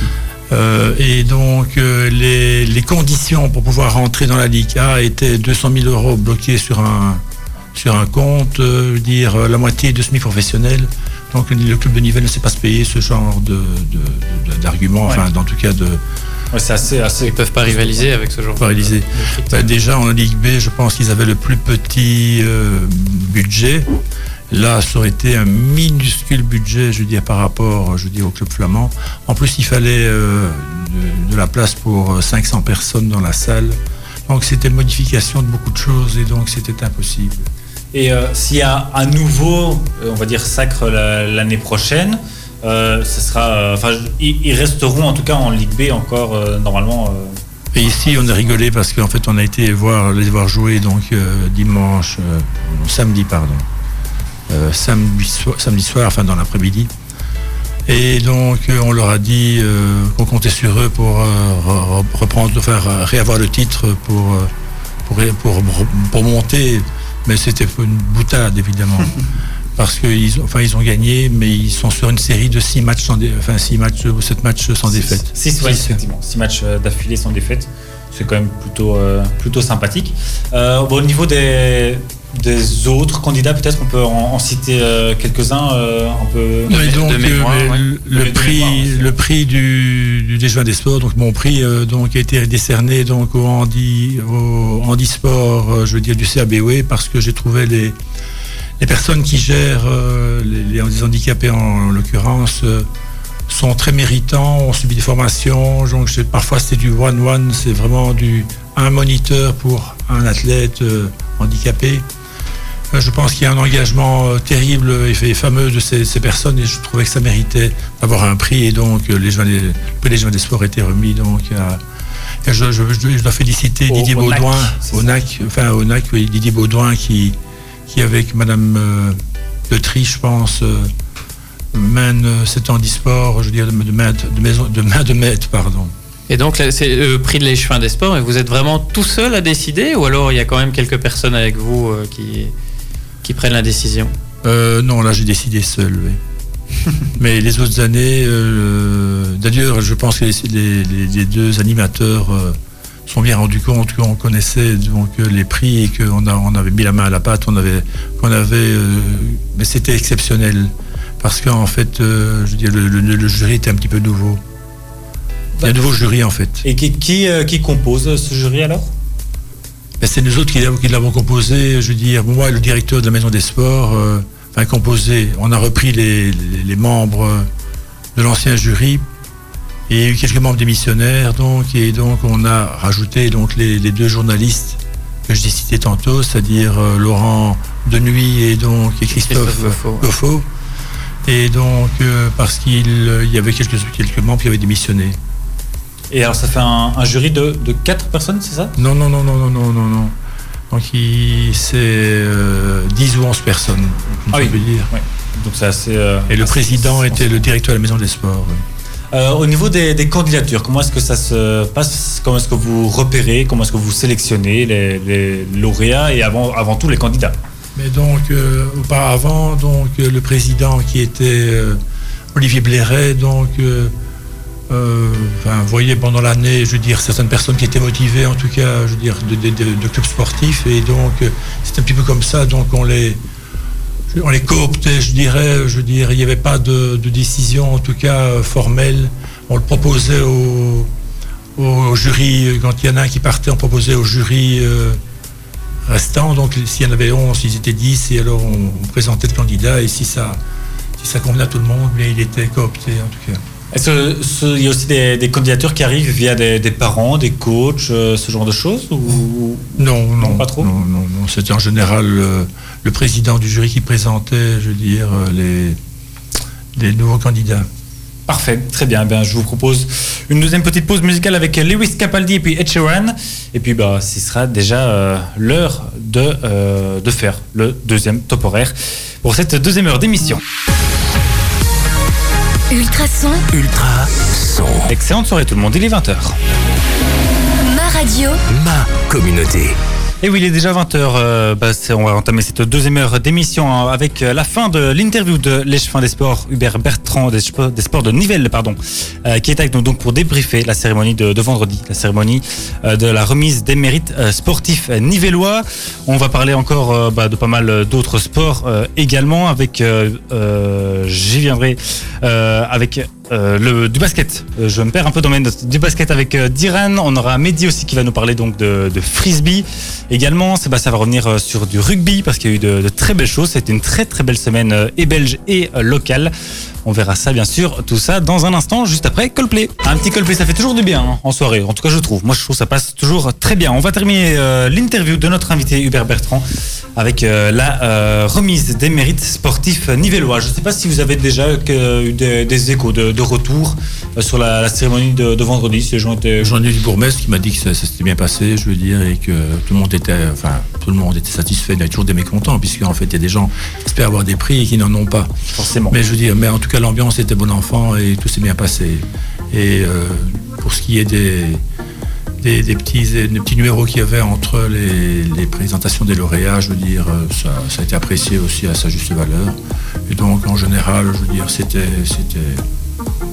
Euh, et donc euh, les, les conditions pour pouvoir rentrer dans la Ligue A étaient deux cent mille euros bloqués sur un, sur un compte, euh, je veux dire euh, la moitié de semi-professionnel. Donc le club de Nivelles ne sait pas se payer ce genre de, de, de- d'arguments, Ouais. enfin en tout cas de Ouais, c'est assez, assez. Ils peuvent pas rivaliser avec ce genre pas réaliser. de, de critères. Ben, déjà en Ligue B, je pense qu'ils avaient le plus petit euh, budget. Là, ça aurait été un minuscule budget, je veux dire, par rapport, je veux dire, au club flamand. En plus, il fallait euh, de, de la place pour cinq cents personnes dans la salle. Donc, c'était une modification de beaucoup de choses et donc c'était impossible. Et euh, s'il y a un nouveau, euh, on va dire, sacre la- l'année prochaine, euh, ce sera. euh, Enfin, je- ils ils resteront en tout cas en Ligue B encore euh, normalement. euh, Et ici, on a rigolé parce qu'en fait, on a été voir, les voir jouer donc euh, dimanche, euh, non, samedi, pardon. Euh, samedi, soir, samedi soir, enfin dans l'après-midi. Et donc, euh, on leur a dit euh, qu'on comptait sur eux pour euh, re- reprendre, enfin, euh, réavoir le titre pour, euh, pour, ré- pour, pour monter. Mais c'était une boutade, évidemment. Parce qu'ils ont, enfin, ils ont gagné, mais ils sont sur une série de six matchs sans, dé- enfin, six matchs ou sept matchs sans défaite. Six, ouais, effectivement. Six matchs euh, d'affilée sans défaite. c'est quand même plutôt, euh, plutôt sympathique. Euh, bon, au niveau des, des autres candidats, peut-être on peut en, en citer euh, quelques-uns euh, un peu Oui, de, donc, de mémoire. euh, Ouais. le, De prix, mémoire, aussi. le prix du, du Déjeuner des Sports, donc mon prix euh, donc, a été décerné donc, au, handi, au handisport, euh, je veux dire, du C A B O E, parce que j'ai trouvé les, les personnes qui gèrent euh, les, les handicapés en, en l'occurrence euh, sont très méritants, ont subi des formations, donc je- parfois c'est du one-one, c'est vraiment du un moniteur pour un athlète euh, handicapé. Euh, Je pense qu'il y a un engagement euh, terrible et, et fameux de ces, ces personnes et je trouvais que ça méritait d'avoir un prix et donc euh, les journées, le prix des Journées des Sports a été remis donc à, et je, je, je, je dois féliciter Au- Didier au N A C, Baudouin, c'est au ça. N A C, enfin au N A C, oui, Didier Baudouin qui, qui avec Madame euh, De Trie, je pense, euh, mène euh, cet handisport, je veux dire, de, de, main, de, maison, de main de maître, pardon. Et donc, là, c'est le prix de l'échevin des sports, et vous êtes vraiment tout seul à décider, ou alors il y a quand même quelques personnes avec vous euh, qui, qui prennent la décision? Euh, non, là j'ai décidé seul, oui. Mais les autres années, euh, d'ailleurs, je pense que les, les- les- les deux animateurs euh, sont bien rendus compte qu'on connaissait donc euh, les prix et qu'on a, on avait mis la main à la pâte, on avait, qu'on avait, euh, mais c'était exceptionnel parce qu'en fait, euh, je veux dire, le, le- le jury était un petit peu nouveau. Il y a un nouveau jury en fait. Et qui, qui, euh, qui compose ce jury alors? Ben, c'est nous autres qui, qui l'avons composé, je veux dire, moi et le directeur de la Maison des Sports, euh, enfin composé, on a repris les, les, les membres de l'ancien jury et il y a eu quelques membres démissionnaires donc, et donc on a rajouté donc, les, les deux journalistes que je cités tantôt, c'est-à-dire euh, Laurent Denuy et, donc, et Christophe, Christophe Goffo. Goffo. Et donc euh, parce qu'il euh, il y avait quelques, quelques membres qui avaient démissionné. Et alors ça fait un, un jury de, de quatre personnes, c'est ça? Non, non, non, non, non, non, non, non. Donc il- c'est euh, dix ou onze personnes, Ah je oui. peux dire. Ouais. Donc c'est assez. euh, Et le assez- président était le directeur de la Maison des Sports. oui. Euh, au niveau des, des candidatures, comment est-ce que ça se passe? Comment est-ce que vous repérez? Comment est-ce que vous sélectionnez les, les lauréats et avant, avant tout les candidats? Mais donc euh, auparavant, donc euh, le président qui était euh, Olivier Blairet, donc euh, euh, enfin, voyait pendant l'année, je veux dire, certaines personnes qui étaient motivées, en tout cas, je veux dire, de, de, de- de clubs sportifs, et donc euh, c'est un petit peu comme ça, donc on les on les cooptait, je dirais, je veux dire, il n'y avait pas de, de décision, en tout cas euh, formelle. On le proposait au, au jury, euh, quand il y en a un qui partait, on proposait au jury euh, restant. Donc s'il y en avait onze, ils étaient dix, et alors on, on présentait le candidat, et si ça, si ça convenait à tout le monde, mais il était coopté en tout cas. Est-ce que ce- il y a aussi des, des candidatures qui arrivent via des, des parents, des coachs, euh, ce genre de choses ou... Non, non, Non, pas trop. Non, non, non. C'était en général euh, le président du jury qui présentait, je veux dire, euh, les, les nouveaux candidats. Parfait, très bien. Eh bien. Je vous propose une deuxième petite pause musicale avec Lewis Capaldi et puis Ed Sheeran. Et puis bah, ce sera déjà euh, l'heure de, euh, de faire le deuxième top horaire pour cette deuxième heure d'émission. Ultrason, Ultra son. Excellente soirée tout le monde, il est vingt heures. ma radio, Ma communauté. Et oui, il est déjà vingt heures. Euh, bah, c'est- on va entamer cette deuxième heure d'émission hein, avec euh, la fin de l'interview de l'échevin des sports, Hubert Bertrand, des, spo- des sports de Nivelles, pardon, euh, qui est avec nous donc pour débriefer la cérémonie de, de vendredi, la cérémonie euh, de la remise des mérites euh, sportifs nivellois. On va parler encore euh, bah, de pas mal d'autres sports euh, également avec, euh, euh, j'y viendrai, euh, avec euh, le, du basket. Euh, je me perds un peu dans mes notes. Du basket avec euh, Diran. On aura Mehdi aussi qui va nous parler donc de, de frisbee. Également, Sébastien va revenir euh, sur du rugby parce qu'il y a eu de, de très belles choses. C'était une très très belle semaine euh, et belge et euh, locale. On verra ça bien sûr, tout ça dans un instant, juste après Coldplay. Un petit Coldplay, ça fait toujours du bien hein, en soirée. En tout cas, je trouve. Moi, je trouve que ça passe toujours très bien. On va terminer euh, l'interview de notre invité Hubert Bertrand avec euh, la euh, remise des mérites sportifs nivellois. Je ne sais pas si vous avez déjà euh, eu des, des échos de, de retour euh, sur la, la cérémonie de, de vendredi. Si les gens étaient... J'en ai eu du bourgmestre qui m'a dit que ça, ça s'était bien passé, je veux dire, et que tout le monde était, enfin, tout le monde était satisfait. Il y a toujours des mécontents, puisqu'en fait, il y a des gens qui espèrent avoir des prix et qui n'en ont pas. Forcément. Mais je veux dire, mais en tout cas, l'ambiance était bon enfant et tout s'est bien passé. Et euh, pour ce qui est des, des, des petits, des petits numéros qu'il y avait entre les, les présentations des lauréats, je veux dire, ça, ça a été apprécié aussi à sa juste valeur. Et donc, en général, je veux dire, c'était, c'était,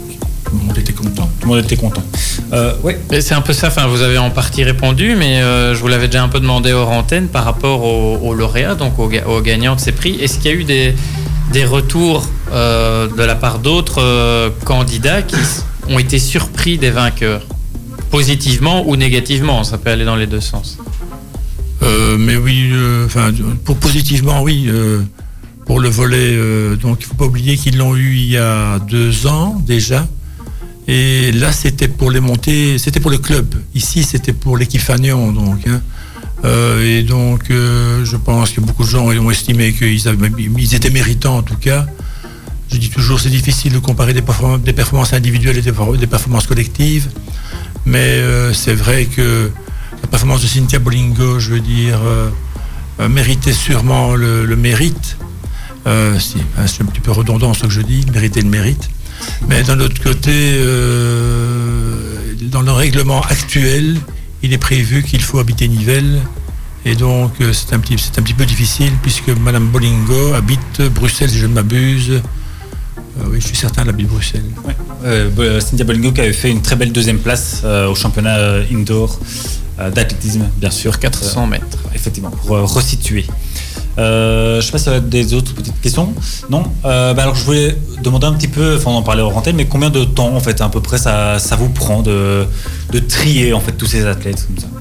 tout le monde était content. Tout le monde était content. Euh, ouais. Et c'est un peu ça, enfin, vous avez en partie répondu, mais euh, je vous l'avais déjà un peu demandé hors antenne par rapport aux, aux lauréats, donc aux, aux gagnants de ces prix. Est-ce qu'il y a eu des, des retours euh, de la part d'autres euh, candidats qui ont été surpris des vainqueurs, positivement ou négativement? Ça peut aller dans les deux sens. Euh, mais oui, enfin, euh, pour positivement, oui. Euh, pour le volet, euh, donc il ne faut pas oublier qu'ils l'ont eu il y a deux ans déjà. Et là, c'était pour les montées, c'était pour le club. Ici, c'était pour l'équipe Fagnon, donc. Hein. Euh, et donc, euh, je pense que beaucoup de gens ont estimé qu'ils avaient, ils étaient méritants, en tout cas. Je dis toujours, c'est difficile de comparer des performances, des performances individuelles et des, des performances collectives. Mais euh, c'est vrai que la performance de Cynthia Bolingo, je veux dire, euh, euh, méritait sûrement le, le mérite. Euh, si, hein, c'est un petit peu redondant ce que je dis, mériter le mérite. Mais d'un autre côté, euh, dans le règlement actuel, il est prévu qu'il faut habiter Nivelles. Et donc, euh, c'est, un petit, c'est un petit peu difficile puisque Madame Bolingo habite Bruxelles, si je ne m'abuse. Euh, oui, je suis certain, elle habite Bruxelles. Ouais. Euh, Cynthia Bolingo qui avait fait une très belle deuxième place euh, au championnat euh, indoor euh, d'athlétisme, bien sûr. quatre cents mètres. Euh, effectivement, pour euh, resituer. Euh, je ne sais pas s'il y a des autres petites questions. Non. Euh, bah alors je voulais demander un petit peu, enfin on en parlait hors antenne, mais combien de temps en fait à peu près ça, ça vous prend de, de trier en fait tous ces athlètes comme ça?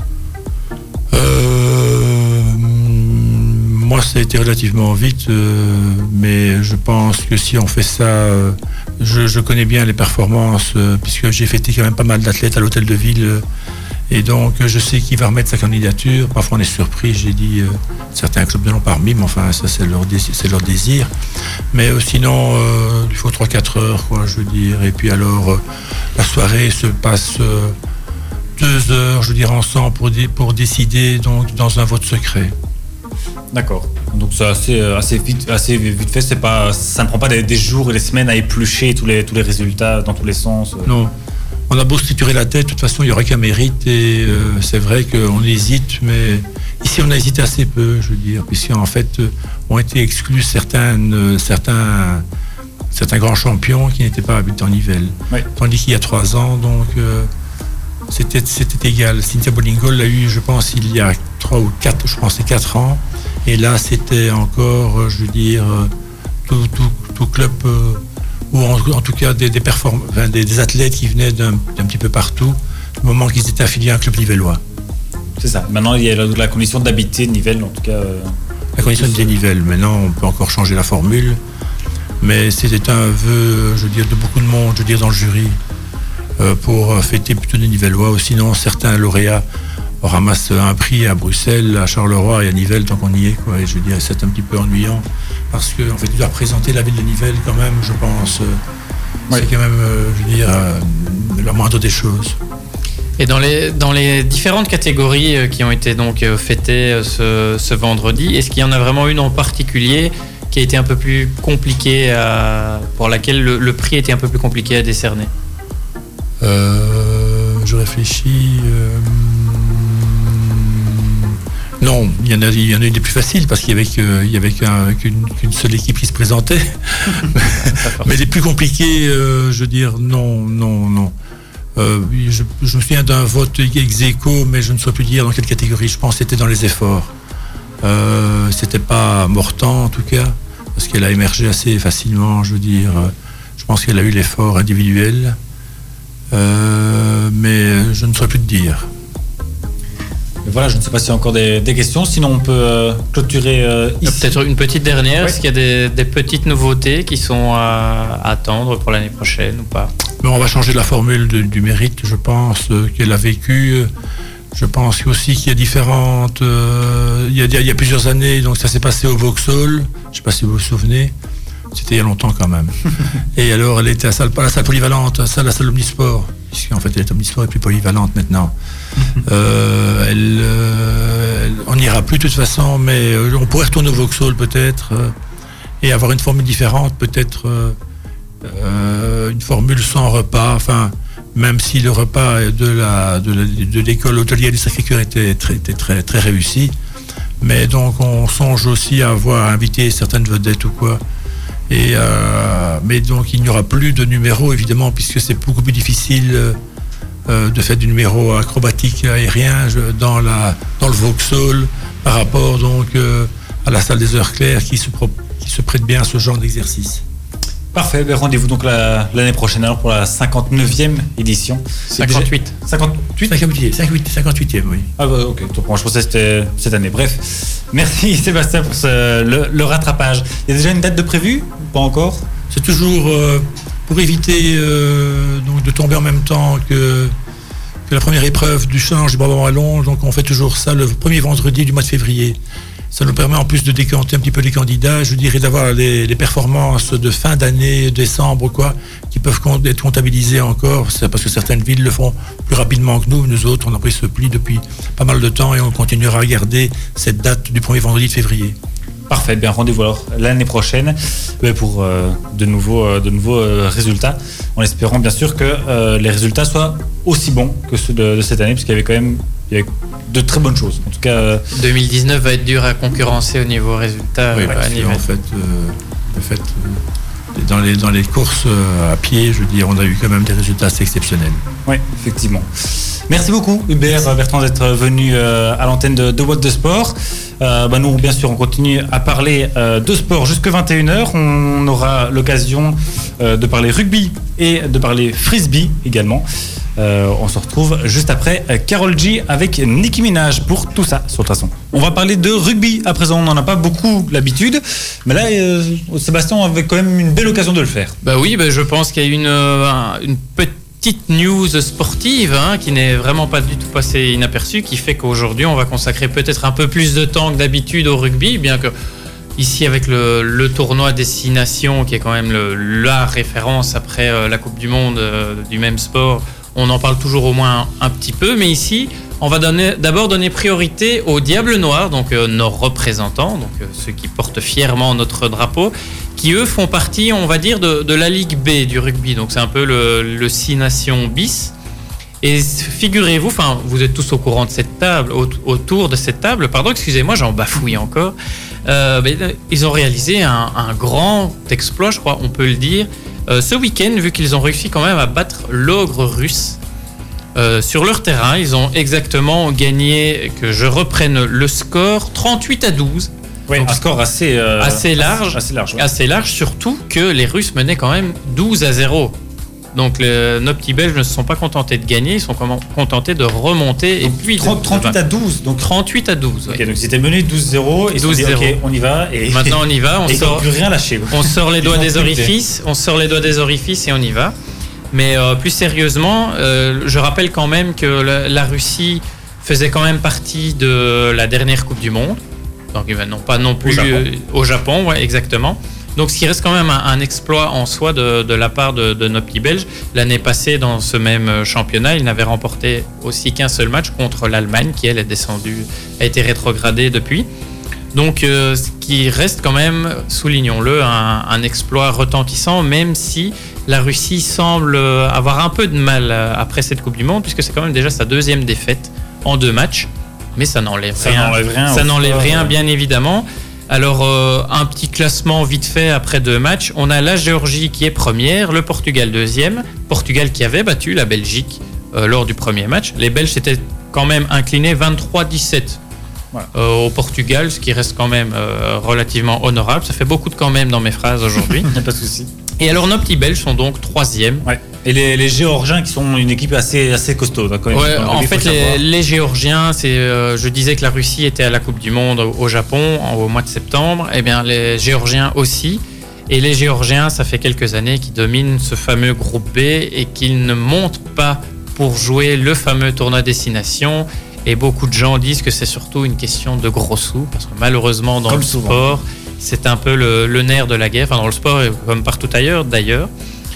euh, Moi ça a été relativement vite, euh, mais je pense que si on fait ça, euh, je, je connais bien les performances euh, puisque j'ai fêté quand même pas mal d'athlètes à l'hôtel de ville. Euh, Et donc, je sais qui va remettre sa candidature. Parfois, on est surpris. J'ai dit, euh, certains clubs ne l'ont pas remis, mais enfin, ça, c'est leur, désir, c'est leur désir. Mais euh, sinon, euh, il faut trois quatre heures, quoi, je veux dire. Et puis alors, euh, la soirée se passe euh, deux heures, je veux dire, ensemble pour, dé- pour décider donc, dans un vote secret. D'accord. Donc, c'est assez, assez, vite, assez vite fait. C'est pas, ça ne prend pas des, des jours et des semaines à éplucher tous les, tous les résultats dans tous les sens. Euh. Non. On a beau se triturer la tête, de toute façon, il n'y aura qu'un mérite. Et euh, c'est vrai qu'on hésite, mais ici, on a hésité assez peu, je veux dire, puisqu'en fait, euh, ont été exclus certaines, euh, certains, certains grands champions qui n'étaient pas habités en Nivelles. Oui. Tandis qu'il y a trois ans, donc, euh, c'était, c'était égal. Cynthia Bolingo l'a eu, je pense, il y a trois ou quatre, je pense, c'est quatre ans. Et là, c'était encore, euh, je veux dire, euh, tout, tout, tout club... Euh, ou en, en tout cas des, des, perform- enfin, des, des athlètes qui venaient d'un, d'un petit peu partout, au moment qu'ils étaient affiliés à un club nivellois. C'est ça. Maintenant, il y a la, la condition d'habiter Nivelles, en tout cas. Euh, la condition de Nivelles. Maintenant, on peut encore changer la formule, mais c'était un vœu, je veux dire, de beaucoup de monde, je veux dire, dans le jury, euh, pour fêter plutôt des Nivellois. Ou sinon, certains lauréats ramassent un prix à Bruxelles, à Charleroi et à Nivelles, tant qu'on y est, quoi. Et je veux dire, c'est un petit peu ennuyant. Parce qu'en en fait, il doit représenter la ville de Nivelles quand même, je pense. C'est oui. quand même, euh, je veux dire, euh, la moindre des choses. Et dans les, dans les différentes catégories qui ont été donc fêtées ce, ce vendredi, est-ce qu'il y en a vraiment une en particulier qui a été un peu plus compliquée, à, pour laquelle le, le prix était un peu plus compliqué à décerner? euh, Je réfléchis... Euh... Non, il y en a, il y en a une des plus faciles parce qu'il y avait, que, il y avait qu'un, qu'une, qu'une seule équipe qui se présentait. Mais les plus compliquées, euh, je veux dire, non, non, non. Euh, je, je me souviens d'un vote ex aequo, mais je ne saurais plus dire dans quelle catégorie. Je pense que c'était dans les efforts. Euh, c'était pas Mortan en tout cas, parce qu'elle a émergé assez facilement, je veux dire. Je pense qu'elle a eu l'effort individuel. Euh, mais je ne saurais plus te dire. Voilà, je ne sais pas s'il y a encore des, des questions, sinon on peut euh, clôturer euh, ici. Peut-être une petite dernière, ouais. Est-ce qu'il y a des, des petites nouveautés qui sont à, à attendre pour l'année prochaine ou pas? Mais on va changer la formule de, du mérite, je pense, euh, qu'elle a vécu. Je pense aussi qu'il y a différentes... Euh, il, y a, il y a plusieurs années, donc ça s'est passé au Vauxhall, je ne sais pas si vous vous souvenez, c'était il y a longtemps quand même. Et alors elle était à la salle, pas la salle polyvalente, à la salle Omnisport, puisqu'en fait elle est Omnisport et puis polyvalente maintenant. Euh, elle, euh, elle, on n'ira plus de toute façon, mais euh, on pourrait retourner au Vauxhall peut-être euh, et avoir une formule différente, peut-être euh, euh, une formule sans repas, enfin même si le repas de, la, de, la, de l'école hôtelière du Sacré-Cœur était très, était très, très réussi, mais donc on songe aussi à avoir invité certaines vedettes ou quoi, Et, euh, mais donc il n'y aura plus de numéros évidemment puisque c'est beaucoup plus difficile euh, de faire du numéro acrobatique aérien je, dans, la, dans le Vauxhall par rapport donc euh, à la salle des heures claires qui se, pro, qui se prête bien à ce genre d'exercice. Parfait, ben rendez-vous donc la, l'année prochaine alors pour la cinquante-neuvième édition. cinquante-huit. Déjà... cinquante-huit cinquante-huit cinquante-huitième, oui. Ah bah ok, je pensais que c'était cette année. Bref, merci Sébastien pour ce, le, le rattrapage. Il y a déjà une date de prévue? Pas encore? C'est toujours euh, pour éviter euh, donc de tomber en même temps que, que la première épreuve du change du Brabant Wallon. Donc on fait toujours ça le premier vendredi du mois de février. Ça nous permet en plus de décanter un petit peu les candidats, je dirais d'avoir les, les performances de fin d'année, décembre, quoi, qui peuvent être comptabilisées encore. C'est parce que certaines villes le font plus rapidement que nous. Nous autres, on a pris ce pli depuis pas mal de temps et on continuera à garder cette date du premier vendredi de février. Parfait, bien rendez-vous alors l'année prochaine pour euh, de nouveaux, euh, de nouveaux euh, résultats, en espérant bien sûr que euh, les résultats soient aussi bons que ceux de, de cette année, puisqu'il y avait quand même il y avait de très bonnes choses. En tout cas, euh... deux mille dix-neuf va être dur à concurrencer au niveau résultat. Oui, euh, à niveau. En fait, euh, en fait euh, dans, les, dans les courses euh, à pied, je veux dire, on a eu quand même des résultats assez exceptionnels. Oui, effectivement. Merci beaucoup Hubert Merci. Bertrand d'être venu euh, à l'antenne de, de What the Sport. Euh, bah nous, bien sûr, on continue à parler euh, de sport jusqu'à vingt et une heures. On aura l'occasion euh, de parler rugby et de parler frisbee également. Euh, on se retrouve juste après euh, Karol G avec Nicki Minaj pour tout ça sur le façon. On va parler de rugby à présent. On n'en a pas beaucoup l'habitude, mais là, euh, Sébastien avait quand même une belle occasion de le faire. Bah oui, bah je pense qu'il y a une, euh, une petite news sportive hein, qui n'est vraiment pas du tout passée inaperçue, qui fait qu'aujourd'hui on va consacrer peut-être un peu plus de temps que d'habitude au rugby, bien que ici avec le, le tournoi Destination qui est quand même le, la référence après euh, la Coupe du Monde euh, du même sport, on en parle toujours au moins un, un petit peu, mais ici on va donner, d'abord donner priorité aux Diables Noirs, donc euh, nos représentants, donc euh, ceux qui portent fièrement notre drapeau, qui eux font partie, on va dire, de, de la Ligue B du rugby. Donc c'est un peu le, le Six Nations bis. Et figurez-vous, enfin, vous êtes tous au courant de cette table, autour de cette table, pardon, excusez-moi, j'en bafouille encore. Euh, ben, ils ont réalisé un, un grand exploit, je crois, on peut le dire, euh, ce week-end, vu qu'ils ont réussi quand même à battre l'ogre russe. Euh, sur leur terrain, ils ont exactement gagné, que je reprenne le score, trente-huit à douze. Oui, donc, un score assez, euh, assez large, assez large, ouais. assez large, surtout que les Russes menaient quand même douze à zéro. Donc le, nos petits Belges ne se sont pas contentés de gagner, ils sont contentés de remonter. Donc, et puis trente, trente-huit à douze. Donc trente-huit à douze. Okay, oui. donc c'était mené douze zéro et douze zéro. Ok, on y va. Et maintenant on y va. On et sort. Plus rien lâché. On sort les doigts des orifices. On sort les doigts des orifices et on y va. Mais euh, plus sérieusement, euh, je rappelle quand même que la, la Russie faisait quand même partie de la dernière Coupe du Monde. Donc non pas non plus au Japon, euh, au Japon ouais, exactement. Donc ce qui reste quand même un, un exploit en soi de, de la part de, de nos petits Belges. L'année passée, dans ce même championnat, ils n'avaient remporté aussi qu'un seul match contre l'Allemagne, qui elle est descendue, a été rétrogradée depuis. Donc euh, ce qui reste quand même, soulignons-le, un, un exploit retentissant, même si la Russie semble avoir un peu de mal après cette Coupe du Monde, puisque c'est quand même déjà sa deuxième défaite en deux matchs. Mais ça n'enlève ça rien. N'enlève rien ça n'enlève sport, rien, ouais. bien évidemment. Alors, euh, un petit classement vite fait après deux matchs. On a la Géorgie qui est première, le Portugal deuxième. Portugal qui avait battu la Belgique euh, lors du premier match. Les Belges s'étaient quand même inclinés vingt-trois à dix-sept voilà. euh, au Portugal, ce qui reste quand même euh, relativement honorable. Ça fait beaucoup de quand même dans mes phrases aujourd'hui. Il n'y a pas de souci. Et alors, nos petits Belges sont donc troisième. Ouais. Et les, les Géorgiens qui sont une équipe assez, assez costaud. Quand même, ouais, en fait, les, les Géorgiens, c'est, euh, je disais que la Russie était à la Coupe du Monde au, au Japon en, au mois de septembre. Eh bien, les Géorgiens aussi. Et les Géorgiens, ça fait quelques années qu'ils dominent ce fameux groupe B et qu'ils ne montent pas pour jouer le fameux tournoi destination. Et beaucoup de gens disent que c'est surtout une question de gros sous, parce que malheureusement, dans comme le souvent. sport, c'est un peu le, le nerf de la guerre. Enfin, dans le sport, comme partout ailleurs, d'ailleurs.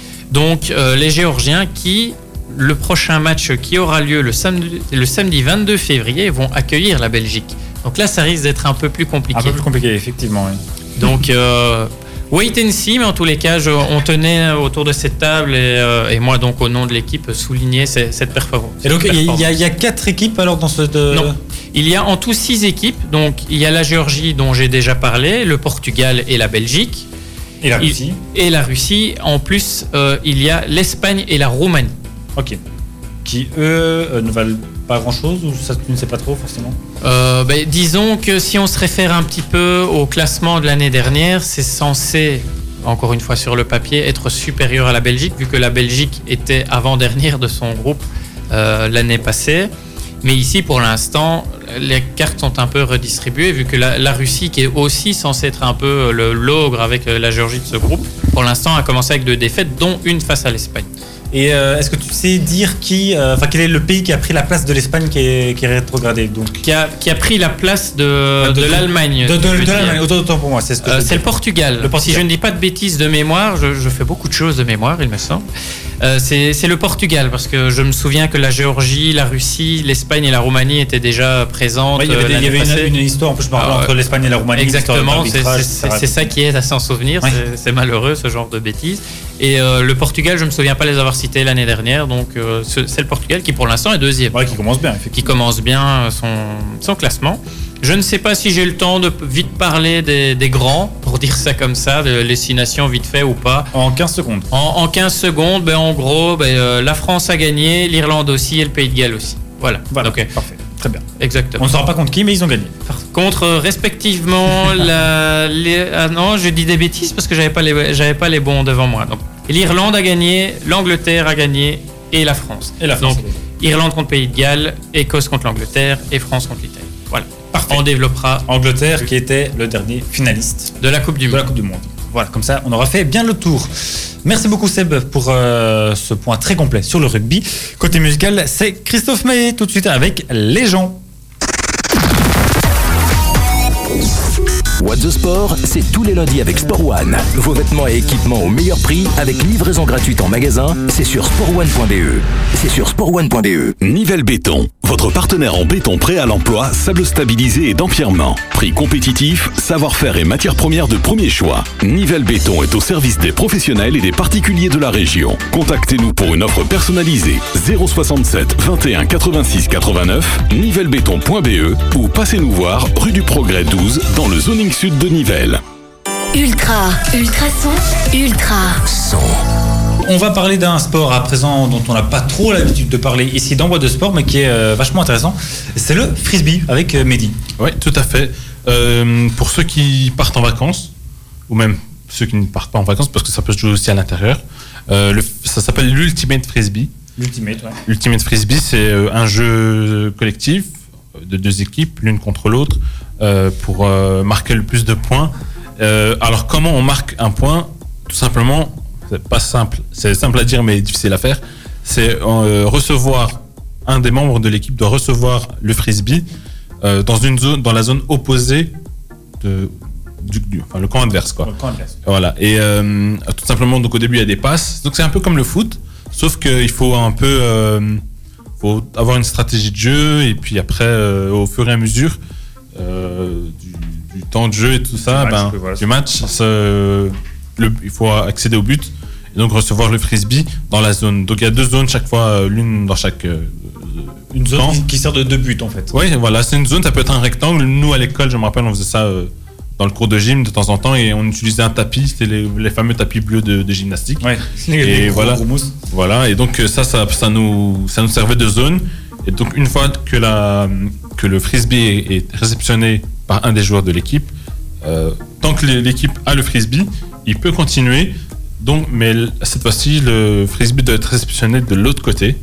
Donc euh, les Géorgiens qui, le prochain match qui aura lieu le samedi, le samedi vingt-deux février, vont accueillir la Belgique. Donc là, ça risque d'être un peu plus compliqué. Un peu plus compliqué, effectivement. Oui. Donc, euh, wait and see, mais en tous les cas, je, on tenait autour de cette table et, euh, et moi, donc, au nom de l'équipe, souligner cette, cette performance. Et donc, il y, y a quatre équipes alors dans ce... De... Non. Il y a en tout six équipes. Donc, il y a la Géorgie dont j'ai déjà parlé, le Portugal et la Belgique. Et la Il- Russie. et la Russie. En plus, euh, il y a l'Espagne et la Roumanie. Ok. Qui, eux, euh, ne valent pas grand-chose ou ça, tu ne sais pas trop, forcément? Euh, ben, disons que si on se réfère un petit peu au classement de l'année dernière, c'est censé, encore une fois sur le papier, être supérieur à la Belgique, vu que la Belgique était avant-dernière de son groupe euh, l'année passée. Mais ici, pour l'instant, les cartes sont un peu redistribuées, vu que la, la Russie, qui est aussi censée être un peu le, l'ogre avec euh, la Géorgie de ce groupe, pour l'instant a commencé avec deux défaites, dont une face à l'Espagne. Et euh, est-ce que tu sais dire qui, euh, enfin quel est le pays qui a pris la place de l'Espagne qui est, qui est rétrogradé donc? Qui a, qui a pris la place de, de- de, de- l'Allemagne. De, de, si je de veux dire. l'Allemagne, autant, autant pour moi, c'est ce que Euh, je veux c'est le dire. Portugal. Le Portugal. Si je ne dis pas de bêtises de mémoire, je, je fais beaucoup de choses de mémoire, il me semble. Euh, c'est, c'est le Portugal, parce que je me souviens que la Géorgie, la Russie, l'Espagne et la Roumanie étaient déjà présentes. Ouais, il y avait, euh, des- il y l'année avait passée. une, une histoire, en plus je me rappelle, Ah, ouais. entre l'Espagne et la Roumanie. Exactement, c'est, l'histoire c'est, d'arbitrage, c'est, et cetera. c'est ça qui est à s'en souvenir, Ouais. c'est, c'est malheureux ce genre de bêtises. Et euh, le Portugal, je ne me souviens pas les avoir cités l'année dernière, donc euh, ce- c'est le Portugal qui pour l'instant est deuxième. Ouais, qui commence bien, effectivement. Qui commence bien son, son classement. Je ne sais pas si j'ai le temps de vite parler des, des grands, pour dire ça comme ça, de les six nations vite fait ou pas. En quinze secondes. En, en quinze secondes, ben, en gros, ben, euh, la France a gagné, l'Irlande aussi et le Pays de Galles aussi. Voilà. Voilà, Ok. parfait. Très bien. Exactement. On ne se rend pas compte qui, mais ils ont gagné. Contre euh, respectivement la, les, ah non, je dis des bêtises parce que j'avais pas les j'avais pas les bons devant moi. Donc l'Irlande a gagné, l'Angleterre a gagné et la France. Et la France. Donc Irlande contre Pays de Galles, Écosse contre l'Angleterre et France contre l'Italie. Voilà. Parfait. On développera Angleterre qui était le dernier finaliste de la Coupe du de la Monde. Coupe du Monde. Voilà, comme ça, on aura fait bien le tour. Merci beaucoup Seb pour euh, ce point très complet sur le rugby. Côté musical, c'est Christophe Maé tout de suite avec Les gens. What the Sport, c'est tous les lundis avec Sport One. Vos vêtements et équipements au meilleur prix avec livraison gratuite en magasin, c'est sur sport one point b e. C'est sur sport one point b e. Nivelle Béton, votre partenaire en béton prêt à l'emploi, sable stabilisé et d'empierrement. Prix compétitif, savoir-faire et matières premières de premier choix. Nivelle Béton est au service des professionnels et des particuliers de la région. Contactez-nous pour une offre personnalisée zéro soixante-sept vingt et un quatre-vingt-six quatre-vingt-neuf nivelle béton point b e ou passez-nous voir rue du Progrès douze dans le zoning sud de Nivelles. Ultra, ultra son, ultra. On va parler d'un sport à présent dont on n'a pas trop l'habitude de parler ici dans What the Sport, mais qui est euh, vachement intéressant. C'est le frisbee avec euh, Mehdi. Oui, tout à fait. Euh, pour ceux qui partent en vacances, ou même ceux qui ne partent pas en vacances, parce que ça peut se jouer aussi à l'intérieur, euh, le, ça s'appelle l'Ultimate Frisbee. L'Ultimate, ouais. Ultimate Frisbee, c'est euh, un jeu collectif de deux équipes, l'une contre l'autre, euh, pour euh, marquer le plus de points. Euh, alors, comment on marque un point? Tout simplement, c'est pas simple, c'est simple à dire mais difficile à faire. C'est euh, recevoir, un des membres de l'équipe doit recevoir le frisbee euh, dans une zone, dans la zone opposée de, du, du enfin, le camp adverse, quoi. Le camp adverse. Voilà. Et euh, tout simplement, donc au début il y a des passes. Donc c'est un peu comme le foot, sauf qu'il faut un peu, euh, faut avoir une stratégie de jeu et puis après, euh, au fur et à mesure euh, du, du temps de jeu et tout ça, Du match, ben, oui, voilà. du match, ça, le, il faut accéder au but et donc recevoir le frisbee dans la zone. Donc il y a deux zones chaque fois, euh, l'une dans chaque euh, Une zone camp. qui, qui sert de deux buts en fait. Oui, voilà, c'est une zone, ça peut être un rectangle. Nous, à l'école, je me rappelle, on faisait ça euh, dans le cours de gym de temps en temps et on utilisait un tapis, c'était les, les fameux tapis bleus de, de gymnastique. Ouais. Et gros, voilà. gros mousses. Voilà, et donc euh, ça, ça, ça, nous, ça nous servait de zone. Et donc, une fois que, la, que le frisbee est, est réceptionné par un des joueurs de l'équipe, euh, tant que l'équipe a le frisbee, il peut continuer. Donc, mais cette fois-ci, le frisbee doit être réceptionné de l'autre côté.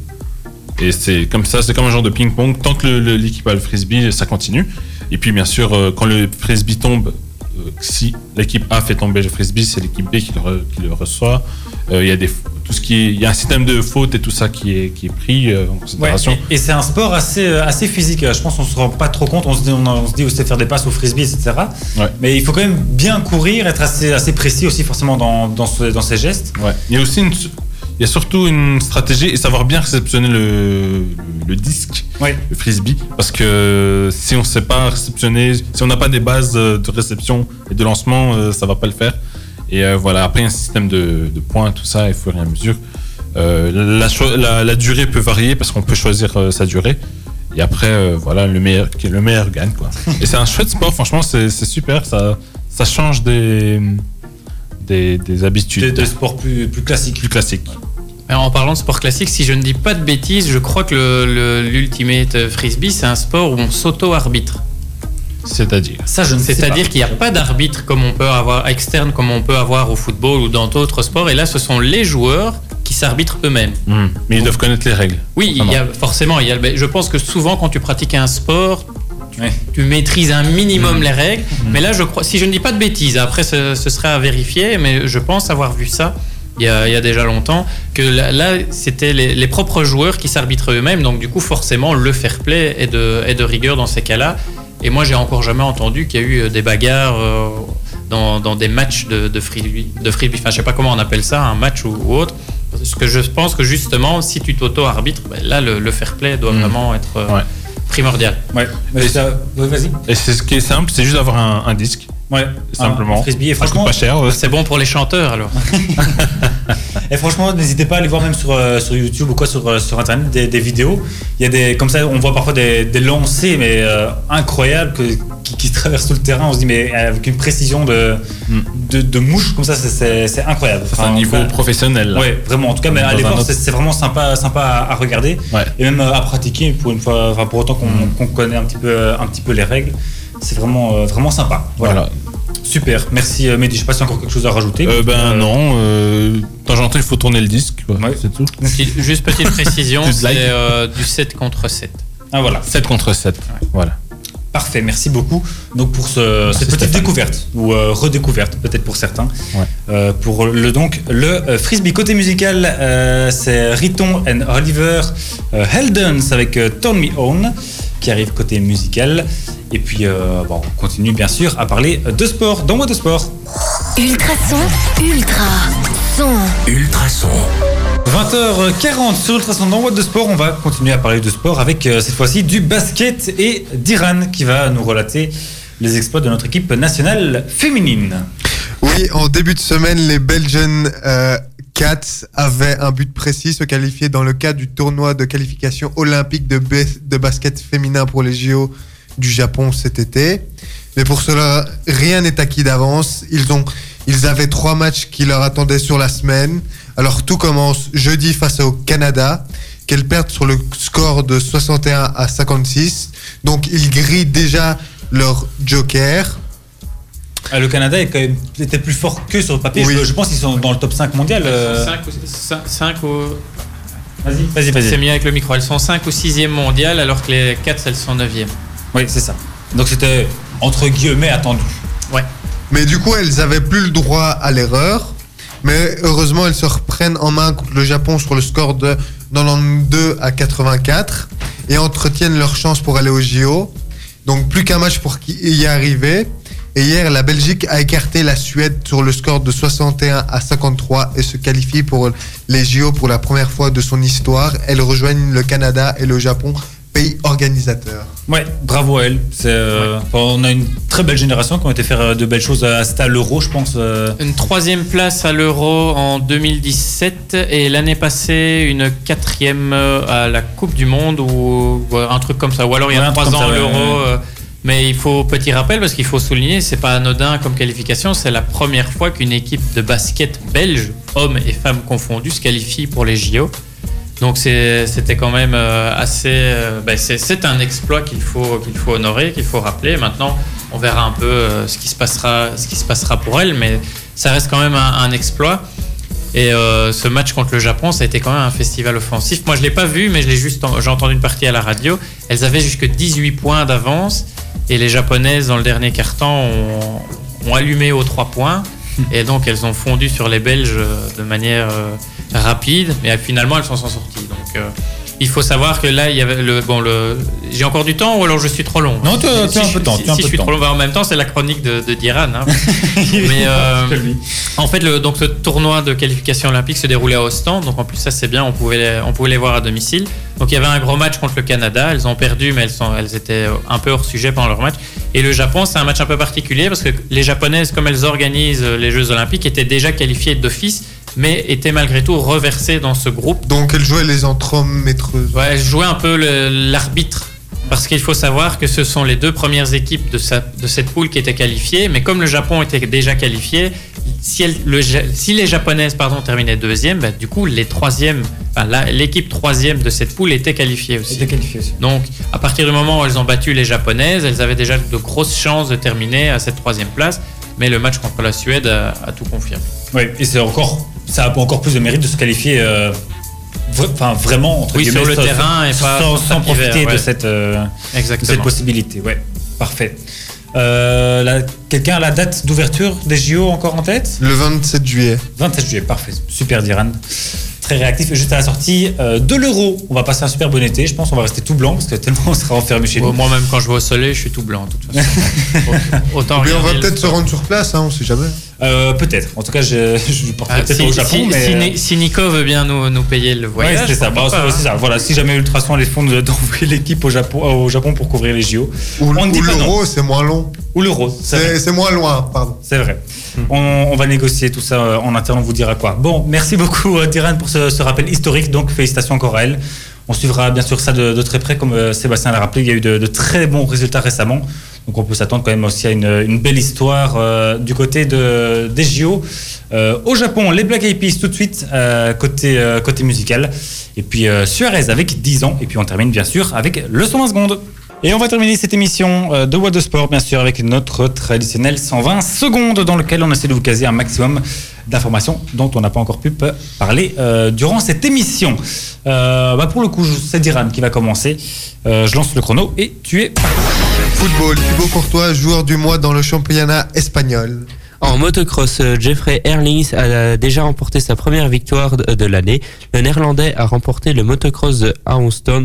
Et c'est comme ça, c'est comme un genre de ping-pong. Tant que le- le- l'équipe a le frisbee, ça continue. Et puis, bien sûr, euh, quand le frisbee tombe, euh, si l'équipe A fait tomber le frisbee, c'est l'équipe B qui le, re- qui le reçoit. Euh, Il y a des, tout ce qui est, il y a un système de faute et tout ça qui est, qui est pris euh, en Ouais, considération. et, et c'est un sport assez, euh, assez physique. Je pense qu'on se rend pas trop compte. On se dit, on, on se dit aussi faire des passes au frisbee, et cetera. Ouais. Mais il faut quand même bien courir, être assez, assez précis aussi forcément dans, dans, ce- dans ses gestes. Ouais. Il y a aussi une, il y a surtout une stratégie et savoir bien réceptionner le, le, le disque, Ouais. le frisbee, parce que si on ne sait pas réceptionner, si on n'a pas des bases de réception et de lancement, euh, ça va pas le faire. Et euh, voilà, après il y a un système de, de points, tout ça, il faut rien à mesure. Euh, la, cho- la, la durée peut varier parce qu'on peut choisir euh, sa durée. Et après, euh, voilà, le meilleur, le meilleur gagne, quoi. Et c'est un chouette sport, franchement, c'est c'est super. Ça, ça change des, des, des habitudes. De, de sport plus, plus classique. Plus classique. Alors, en parlant de sport classique, si je ne dis pas de bêtises, je crois que le, le, l'Ultimate Frisbee, c'est un sport où on s'auto-arbitre. C'est-à-dire Ça, je ne sais pas. C'est-à-dire qu'il n'y a pas d'arbitre comme on peut avoir externe, comme on peut avoir au football ou dans d'autres sports. Et là, ce sont les joueurs qui s'arbitrent eux-mêmes. Mmh. Mais ils doivent connaître les règles. Oui, il y a, forcément. Il y a, je pense que souvent, quand tu pratiques un sport, tu, Ouais. tu maîtrises un minimum Mmh. les règles. Mmh. Mais là, je crois, si je ne dis pas de bêtises, après, ce, ce serait à vérifier, mais je pense avoir vu ça. Il y, a, il y a déjà longtemps, que là, là c'était les, les propres joueurs qui s'arbitrent eux-mêmes, donc du coup forcément le fair play est de, est de rigueur dans ces cas-là. Et moi j'ai encore jamais entendu qu'il y a eu des bagarres euh, dans, dans des matchs de, de frisbee, de frisbee, enfin je sais pas comment on appelle ça, un match ou, ou autre. Parce que je pense que justement si tu t'auto-arbitres, ben là le, le fair play doit Mmh. vraiment être euh, Ouais. primordial. Ouais. Mais Et- ça, ouais, vas-y. Et c'est ce qui est simple, c'est juste d'avoir un, un disque, Ouais. simplement. Un frisbee. Et Ça coûte franchement, pas cher. euh, C'est bon pour les chanteurs alors. et franchement, n'hésitez pas à aller voir même sur, euh, sur YouTube ou quoi sur, euh, sur internet des, des vidéos. Il y a des comme ça, on voit parfois des, des lancers mais euh, incroyables que, qui, qui traversent tout le terrain. On se dit mais avec une précision de Mm. de, de mouche comme ça, c'est, c'est, c'est incroyable. C'est Enfin, un niveau en tout cas, professionnel. Là. Ouais, vraiment. En tout cas, mais Dans allez un voir, autre- c'est, c'est vraiment sympa, sympa à, à regarder Ouais. et même euh, à pratiquer pour une fois, enfin pour autant qu'on, Mm. qu'on connaît un petit peu, un petit peu les règles. C'est vraiment, euh, vraiment sympa. Voilà. Voilà. Super. Merci euh, Mehdi. Je sais pas si y a encore quelque chose à rajouter. Euh, ben Euh, non. Euh, de temps en temps, il faut tourner le disque. quoi. Ouais. C'est tout. Petite- Juste petite précision, Petite c'est blague. euh, du sept contre sept. Ah voilà. sept contre sept. Voilà. Parfait, merci beaucoup. Donc pour ce, cette petite Stéphane. découverte ou euh, redécouverte peut-être pour certains. Ouais. Euh, pour le donc le euh, frisbee côté musical, euh, c'est Riton and Oliver euh, Heldens avec euh, Turn Me On qui arrive côté musical. Et puis euh, bon, on continue bien sûr à parler de sport. Dans moi de sport. Ultrason, ultra son. Ultrason. vingt heures quarante sur Ultrason dans What de Sport. On va continuer à parler de sport avec euh, cette fois-ci du basket et d'Iran qui va nous relater les exploits de notre équipe nationale féminine. Oui, en début de semaine, les Belgian euh, Cats avaient un but précis, se qualifier dans le cadre du tournoi de qualification olympique de, ba- de basket féminin pour les J O du Japon cet été. Mais pour cela, rien n'est acquis d'avance. Ils ont, ils avaient trois matchs qui leur attendaient sur la semaine. Alors tout commence jeudi face au Canada, qu'elles perdent sur le score de soixante et un à cinquante-six. Donc ils grillent déjà leur joker. Ah, le Canada est quand même, était plus fort que sur le papier. Oui. Je, je pense qu'ils sont dans le top cinq mondial. euh. cinq ou... Vas-y, vas-y, vas-y. C'est mieux avec le micro. Elles sont cinq ou sixième mondial alors que les quatre elles sont neuvième. Oui, c'est ça. Donc c'était entre guillemets attendu. Ouais. Mais du coup, elles avaient plus le droit à l'erreur. Mais heureusement, elles se reprennent en main contre le Japon sur le score de quatre-vingt-douze à quatre-vingt-quatre et entretiennent leur chance pour aller au J O. Donc plus qu'un match pour y arriver. Et hier, la Belgique a écarté la Suède sur le score de soixante et un à cinquante-trois et se qualifie pour les J O pour la première fois de son histoire. Elles rejoignent le Canada et le Japon, pays organisateurs. Ouais, bravo à elle. C'est, euh, Ouais. enfin, on a une très belle génération qui ont été faire euh, de belles choses. à- C'était à l'Euro, je pense. euh. Une troisième place à l'Euro en deux mille dix-sept et l'année passée une quatrième euh, à la Coupe du Monde ou ou un truc comme ça. Ou alors il y Ouais, a un trois truc ans comme ça, ouais, l'Euro. ouais. euh, Mais il faut, petit rappel, parce qu'il faut souligner, c'est pas anodin comme qualification, c'est la première fois qu'une équipe de basket belge, hommes et femmes confondus, se qualifie pour les J O. Donc c'est- c'était quand même euh, assez... euh, ben, c'est c'est un exploit qu'il faut, qu'il faut honorer, qu'il faut rappeler. Maintenant, on verra un peu euh, ce qui se passera, ce qui se passera pour elle, mais ça reste quand même un, un exploit. Et euh, ce match contre le Japon, ça a été quand même un festival offensif. Moi, je l'ai pas vu, mais je l'ai juste, en- j'ai entendu une partie à la radio. Elles avaient jusque dix-huit points d'avance, et les Japonaises dans le dernier quart-temps ont, ont allumé aux trois points, et donc elles ont fondu sur les Belges euh, de manière euh, rapide, mais euh, finalement elles s'en sont sorties. Donc euh, il faut savoir que là, il y avait le bon le. J'ai encore du temps ou alors je suis trop long? Non, tu as- Si tu as un je- peu de temps, Si, tu as un si peu je de suis temps. trop long, bah, en même temps, c'est la chronique de, de Diran. Hein. Mais euh, Je te le dis. en fait, le, donc ce tournoi de qualification olympique se déroulait à Ostende. Donc en plus, ça c'est bien, on pouvait, les, on pouvait les voir à domicile. Donc il y avait un gros match contre le Canada. Elles ont perdu, mais elles, sont, elles étaient un peu hors sujet pendant leur match. Et le Japon, c'est un match un peu particulier parce que les Japonaises, comme elles organisent les Jeux olympiques, étaient déjà qualifiées d'office, mais étaient malgré tout reversées dans ce groupe. Donc elles jouaient les entremettreuses. Ouais, elles jouaient un peu le- l'arbitre. Parce qu'il faut savoir que ce sont les deux premières équipes de, sa- de cette poule qui étaient qualifiées, mais comme le Japon était déjà qualifié, si, elle, le, si les Japonaises pardon, terminaient deuxième, bah, du coup, les troisièmes, enfin, la, l'équipe troisième de cette poule était qualifiée aussi. Était qualifiée aussi. Donc, à partir du moment où elles ont battu les Japonaises, elles avaient déjà de grosses chances de terminer à cette troisième place. Mais le match contre la Suède a, a tout confirmé. Oui, et c'est encore, ça a encore plus de mérite de se qualifier, euh, v- enfin vraiment entre oui, guillemets, sur le sans, terrain et pas sans, sans profiter ouais. de cette, euh, de cette possibilité. Ouais, parfait. Euh, la, quelqu'un a la date d'ouverture des J O encore en tête ? Le vingt-sept juillet. vingt-sept juillet, parfait. Super Diran. Très réactif. Et juste à la sortie euh, de l'Euro, on va passer un super bon été. Je pense qu'on va rester tout blanc parce que tellement on sera enfermé chez nous. Moi-même, quand je vais au soleil, je suis tout blanc, de toute façon. Autant Mais on va regarder peut-être le se rendre sur place, hein, on sait jamais. Euh, peut-être. En tout cas, je, je porterai Ah, peut-être si, au Japon. si, mais... si, Ni- si Nico veut bien nous, nous payer le voyage. Ouais, c'est ça. Bah, pas, c'est, c'est ça. Voilà, si jamais Ultrason a les fonds de- d'envoyer l'équipe au Japon, euh, au Japon pour couvrir les J O. Ou, On ne dit ou pas non. l'euro, c'est moins long. Ou l'Euro. C'est vrai. C'est, c'est moins loin, pardon. C'est vrai. On, on va négocier tout ça euh, en interne, on vous dira quoi. Bon, merci beaucoup euh, Diran pour ce, ce rappel historique. Donc félicitations encore à elle. On suivra bien sûr ça de, de très près, comme euh, Sébastien l'a rappelé. Il y a eu de, de très bons résultats récemment. Donc on peut s'attendre quand même aussi à une, une belle histoire euh, du côté de, des J O. Euh, au Japon, les Black Eyed Peas tout de suite, euh, côté, euh, côté musical. Et puis euh, Suarez avec dix ans. Et puis on termine bien sûr avec le cent vingt secondes. Et on va terminer cette émission euh, de What the Sport, bien sûr, avec notre traditionnel cent vingt secondes dans lequel on essaie de vous caser un maximum d'informations dont on n'a pas encore pu p- parler euh, durant cette émission. Euh, bah pour le coup, c'est Diran qui va commencer. Euh, je lance le chrono et tu es parti. Football, Thibaut Courtois, joueur du mois dans le championnat espagnol. En motocross, euh, Jeffrey Herlings a déjà remporté sa première victoire de, de l'année. Le Néerlandais a remporté le motocross de Houston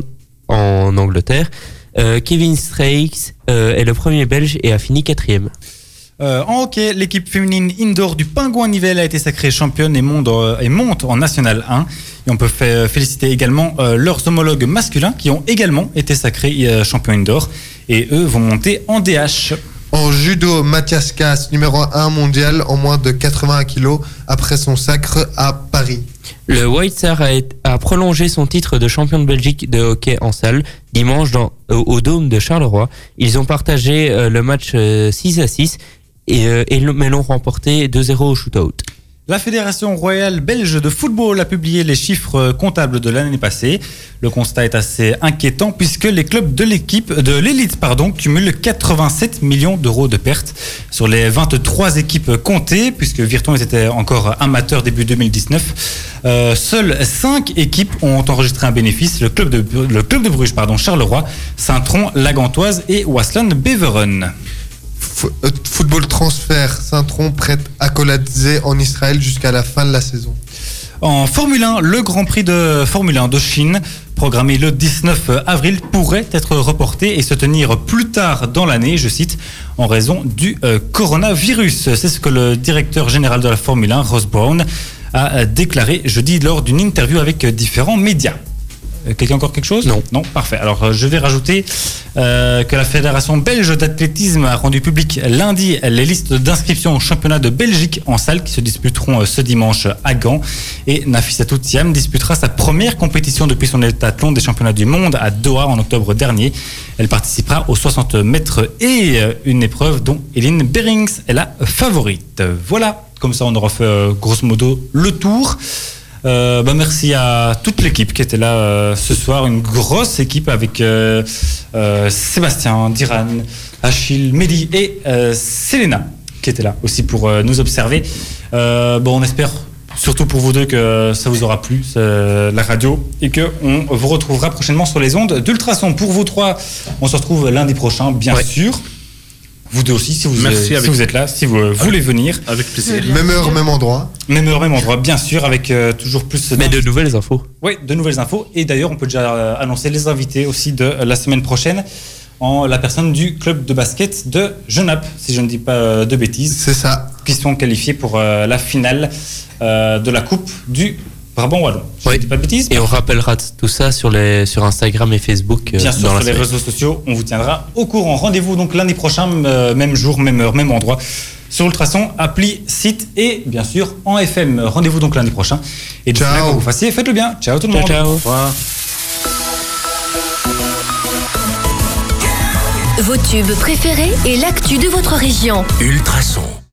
en Angleterre. Euh, Kevin Strakes euh, est le premier Belge et a fini quatrième. Euh, en hockey, l'équipe féminine indoor du Pingouin Nivelles a été sacrée championne et monte, euh, et monte en National un. Et on peut fait, féliciter également euh, leurs homologues masculins qui ont également été sacrés euh, champions indoor. Et eux vont monter en D H. En judo, Mathias Kass, numéro un mondial en moins de quatre-vingts kilos après son sacre à Paris. Le White Star a, été- a prolongé son titre de champion de Belgique de hockey en salle dimanche dans, au, au Dôme de Charleroi. Ils ont partagé euh, le match euh, six à six et, euh, et l'ont- mais l'ont remporté deux zéro au shootout. La Fédération royale belge de football a publié les chiffres comptables de l'année passée. Le constat est assez inquiétant puisque les clubs de l'équipe, de l'élite, pardon, cumulent quatre-vingt-sept millions d'euros de pertes sur les vingt-trois équipes comptées, puisque Virton était encore amateur début deux mille dix-neuf. Euh, seules cinq équipes ont enregistré un bénéfice. Le club de, le club de Bruges, pardon, Charleroi, Saint-Tron, La Gantoise et Waasland Beveren. F- euh, football transfert, Saint-Tron prête à Koladze en Israël jusqu'à la fin de la saison. En Formule un, le Grand Prix de Formule un de Chine, programmé le dix-neuf avril, pourrait être reporté et se tenir plus tard dans l'année, je cite, en raison du euh, coronavirus. C'est ce que le directeur général de la Formule un, Ross Brown, a euh, déclaré jeudi lors d'une interview avec différents médias. Euh, Quelqu'un encore quelque chose ? Non. Non, parfait. Alors euh, je vais rajouter euh, que la Fédération belge d'athlétisme a rendu public lundi les listes d'inscription au championnat de Belgique en salle qui se disputeront euh, ce dimanche à Gand. Et Nafissatou Thiam disputera sa première compétition depuis son heptathlon des championnats du monde à Doha en octobre dernier. Elle participera aux soixante mètres et euh, une épreuve dont Eline Berings est la favorite. Voilà, comme ça on aura fait euh, grosso modo le tour. Euh, bah merci à toute l'équipe qui était là euh, ce soir, une grosse équipe avec euh, euh, Sébastien, Diran, Achille, Mehdi et euh, Selena qui étaient là aussi pour euh, nous observer. Euh, bon, on espère surtout pour vous deux que ça vous aura plu, euh, la radio, et qu'on vous retrouvera prochainement sur les ondes d'Ultrason. Pour vous trois, on se retrouve lundi prochain, bien Ouais. sûr. Vous deux aussi, si vous, Merci si avec- vous êtes là, si vous euh, voulez venir. Avec plaisir. Même heure, même endroit. Même heure, même endroit, bien sûr, avec euh, toujours plus Mais de nouvelles infos. Oui, de nouvelles infos. Et d'ailleurs, on peut déjà euh, annoncer les invités aussi de euh, la semaine prochaine en la personne du club de basket de Genappe, si je ne dis pas euh, de bêtises, C'est ça. qui sont qualifiés pour euh, la finale euh, de la Coupe du Brabant Wallon. Je Oui. ne dis pas de bêtises. Et on rappellera t- tout ça sur, les, sur Instagram et Facebook. euh, Bien sûr, dans sur la les semaine. réseaux sociaux, on vous tiendra au courant. Rendez-vous donc lundi prochain, euh, même jour, même heure, même endroit, sur Ultrason, appli, site et bien sûr en F M. Rendez-vous donc lundi prochain. Et d'ici là, Ciao. que vous fassiez, faites-le bien. Ciao tout le Ciao, monde. ciao. Au revoir. Vos tubes préférés et l'actu de votre région. Ultrason.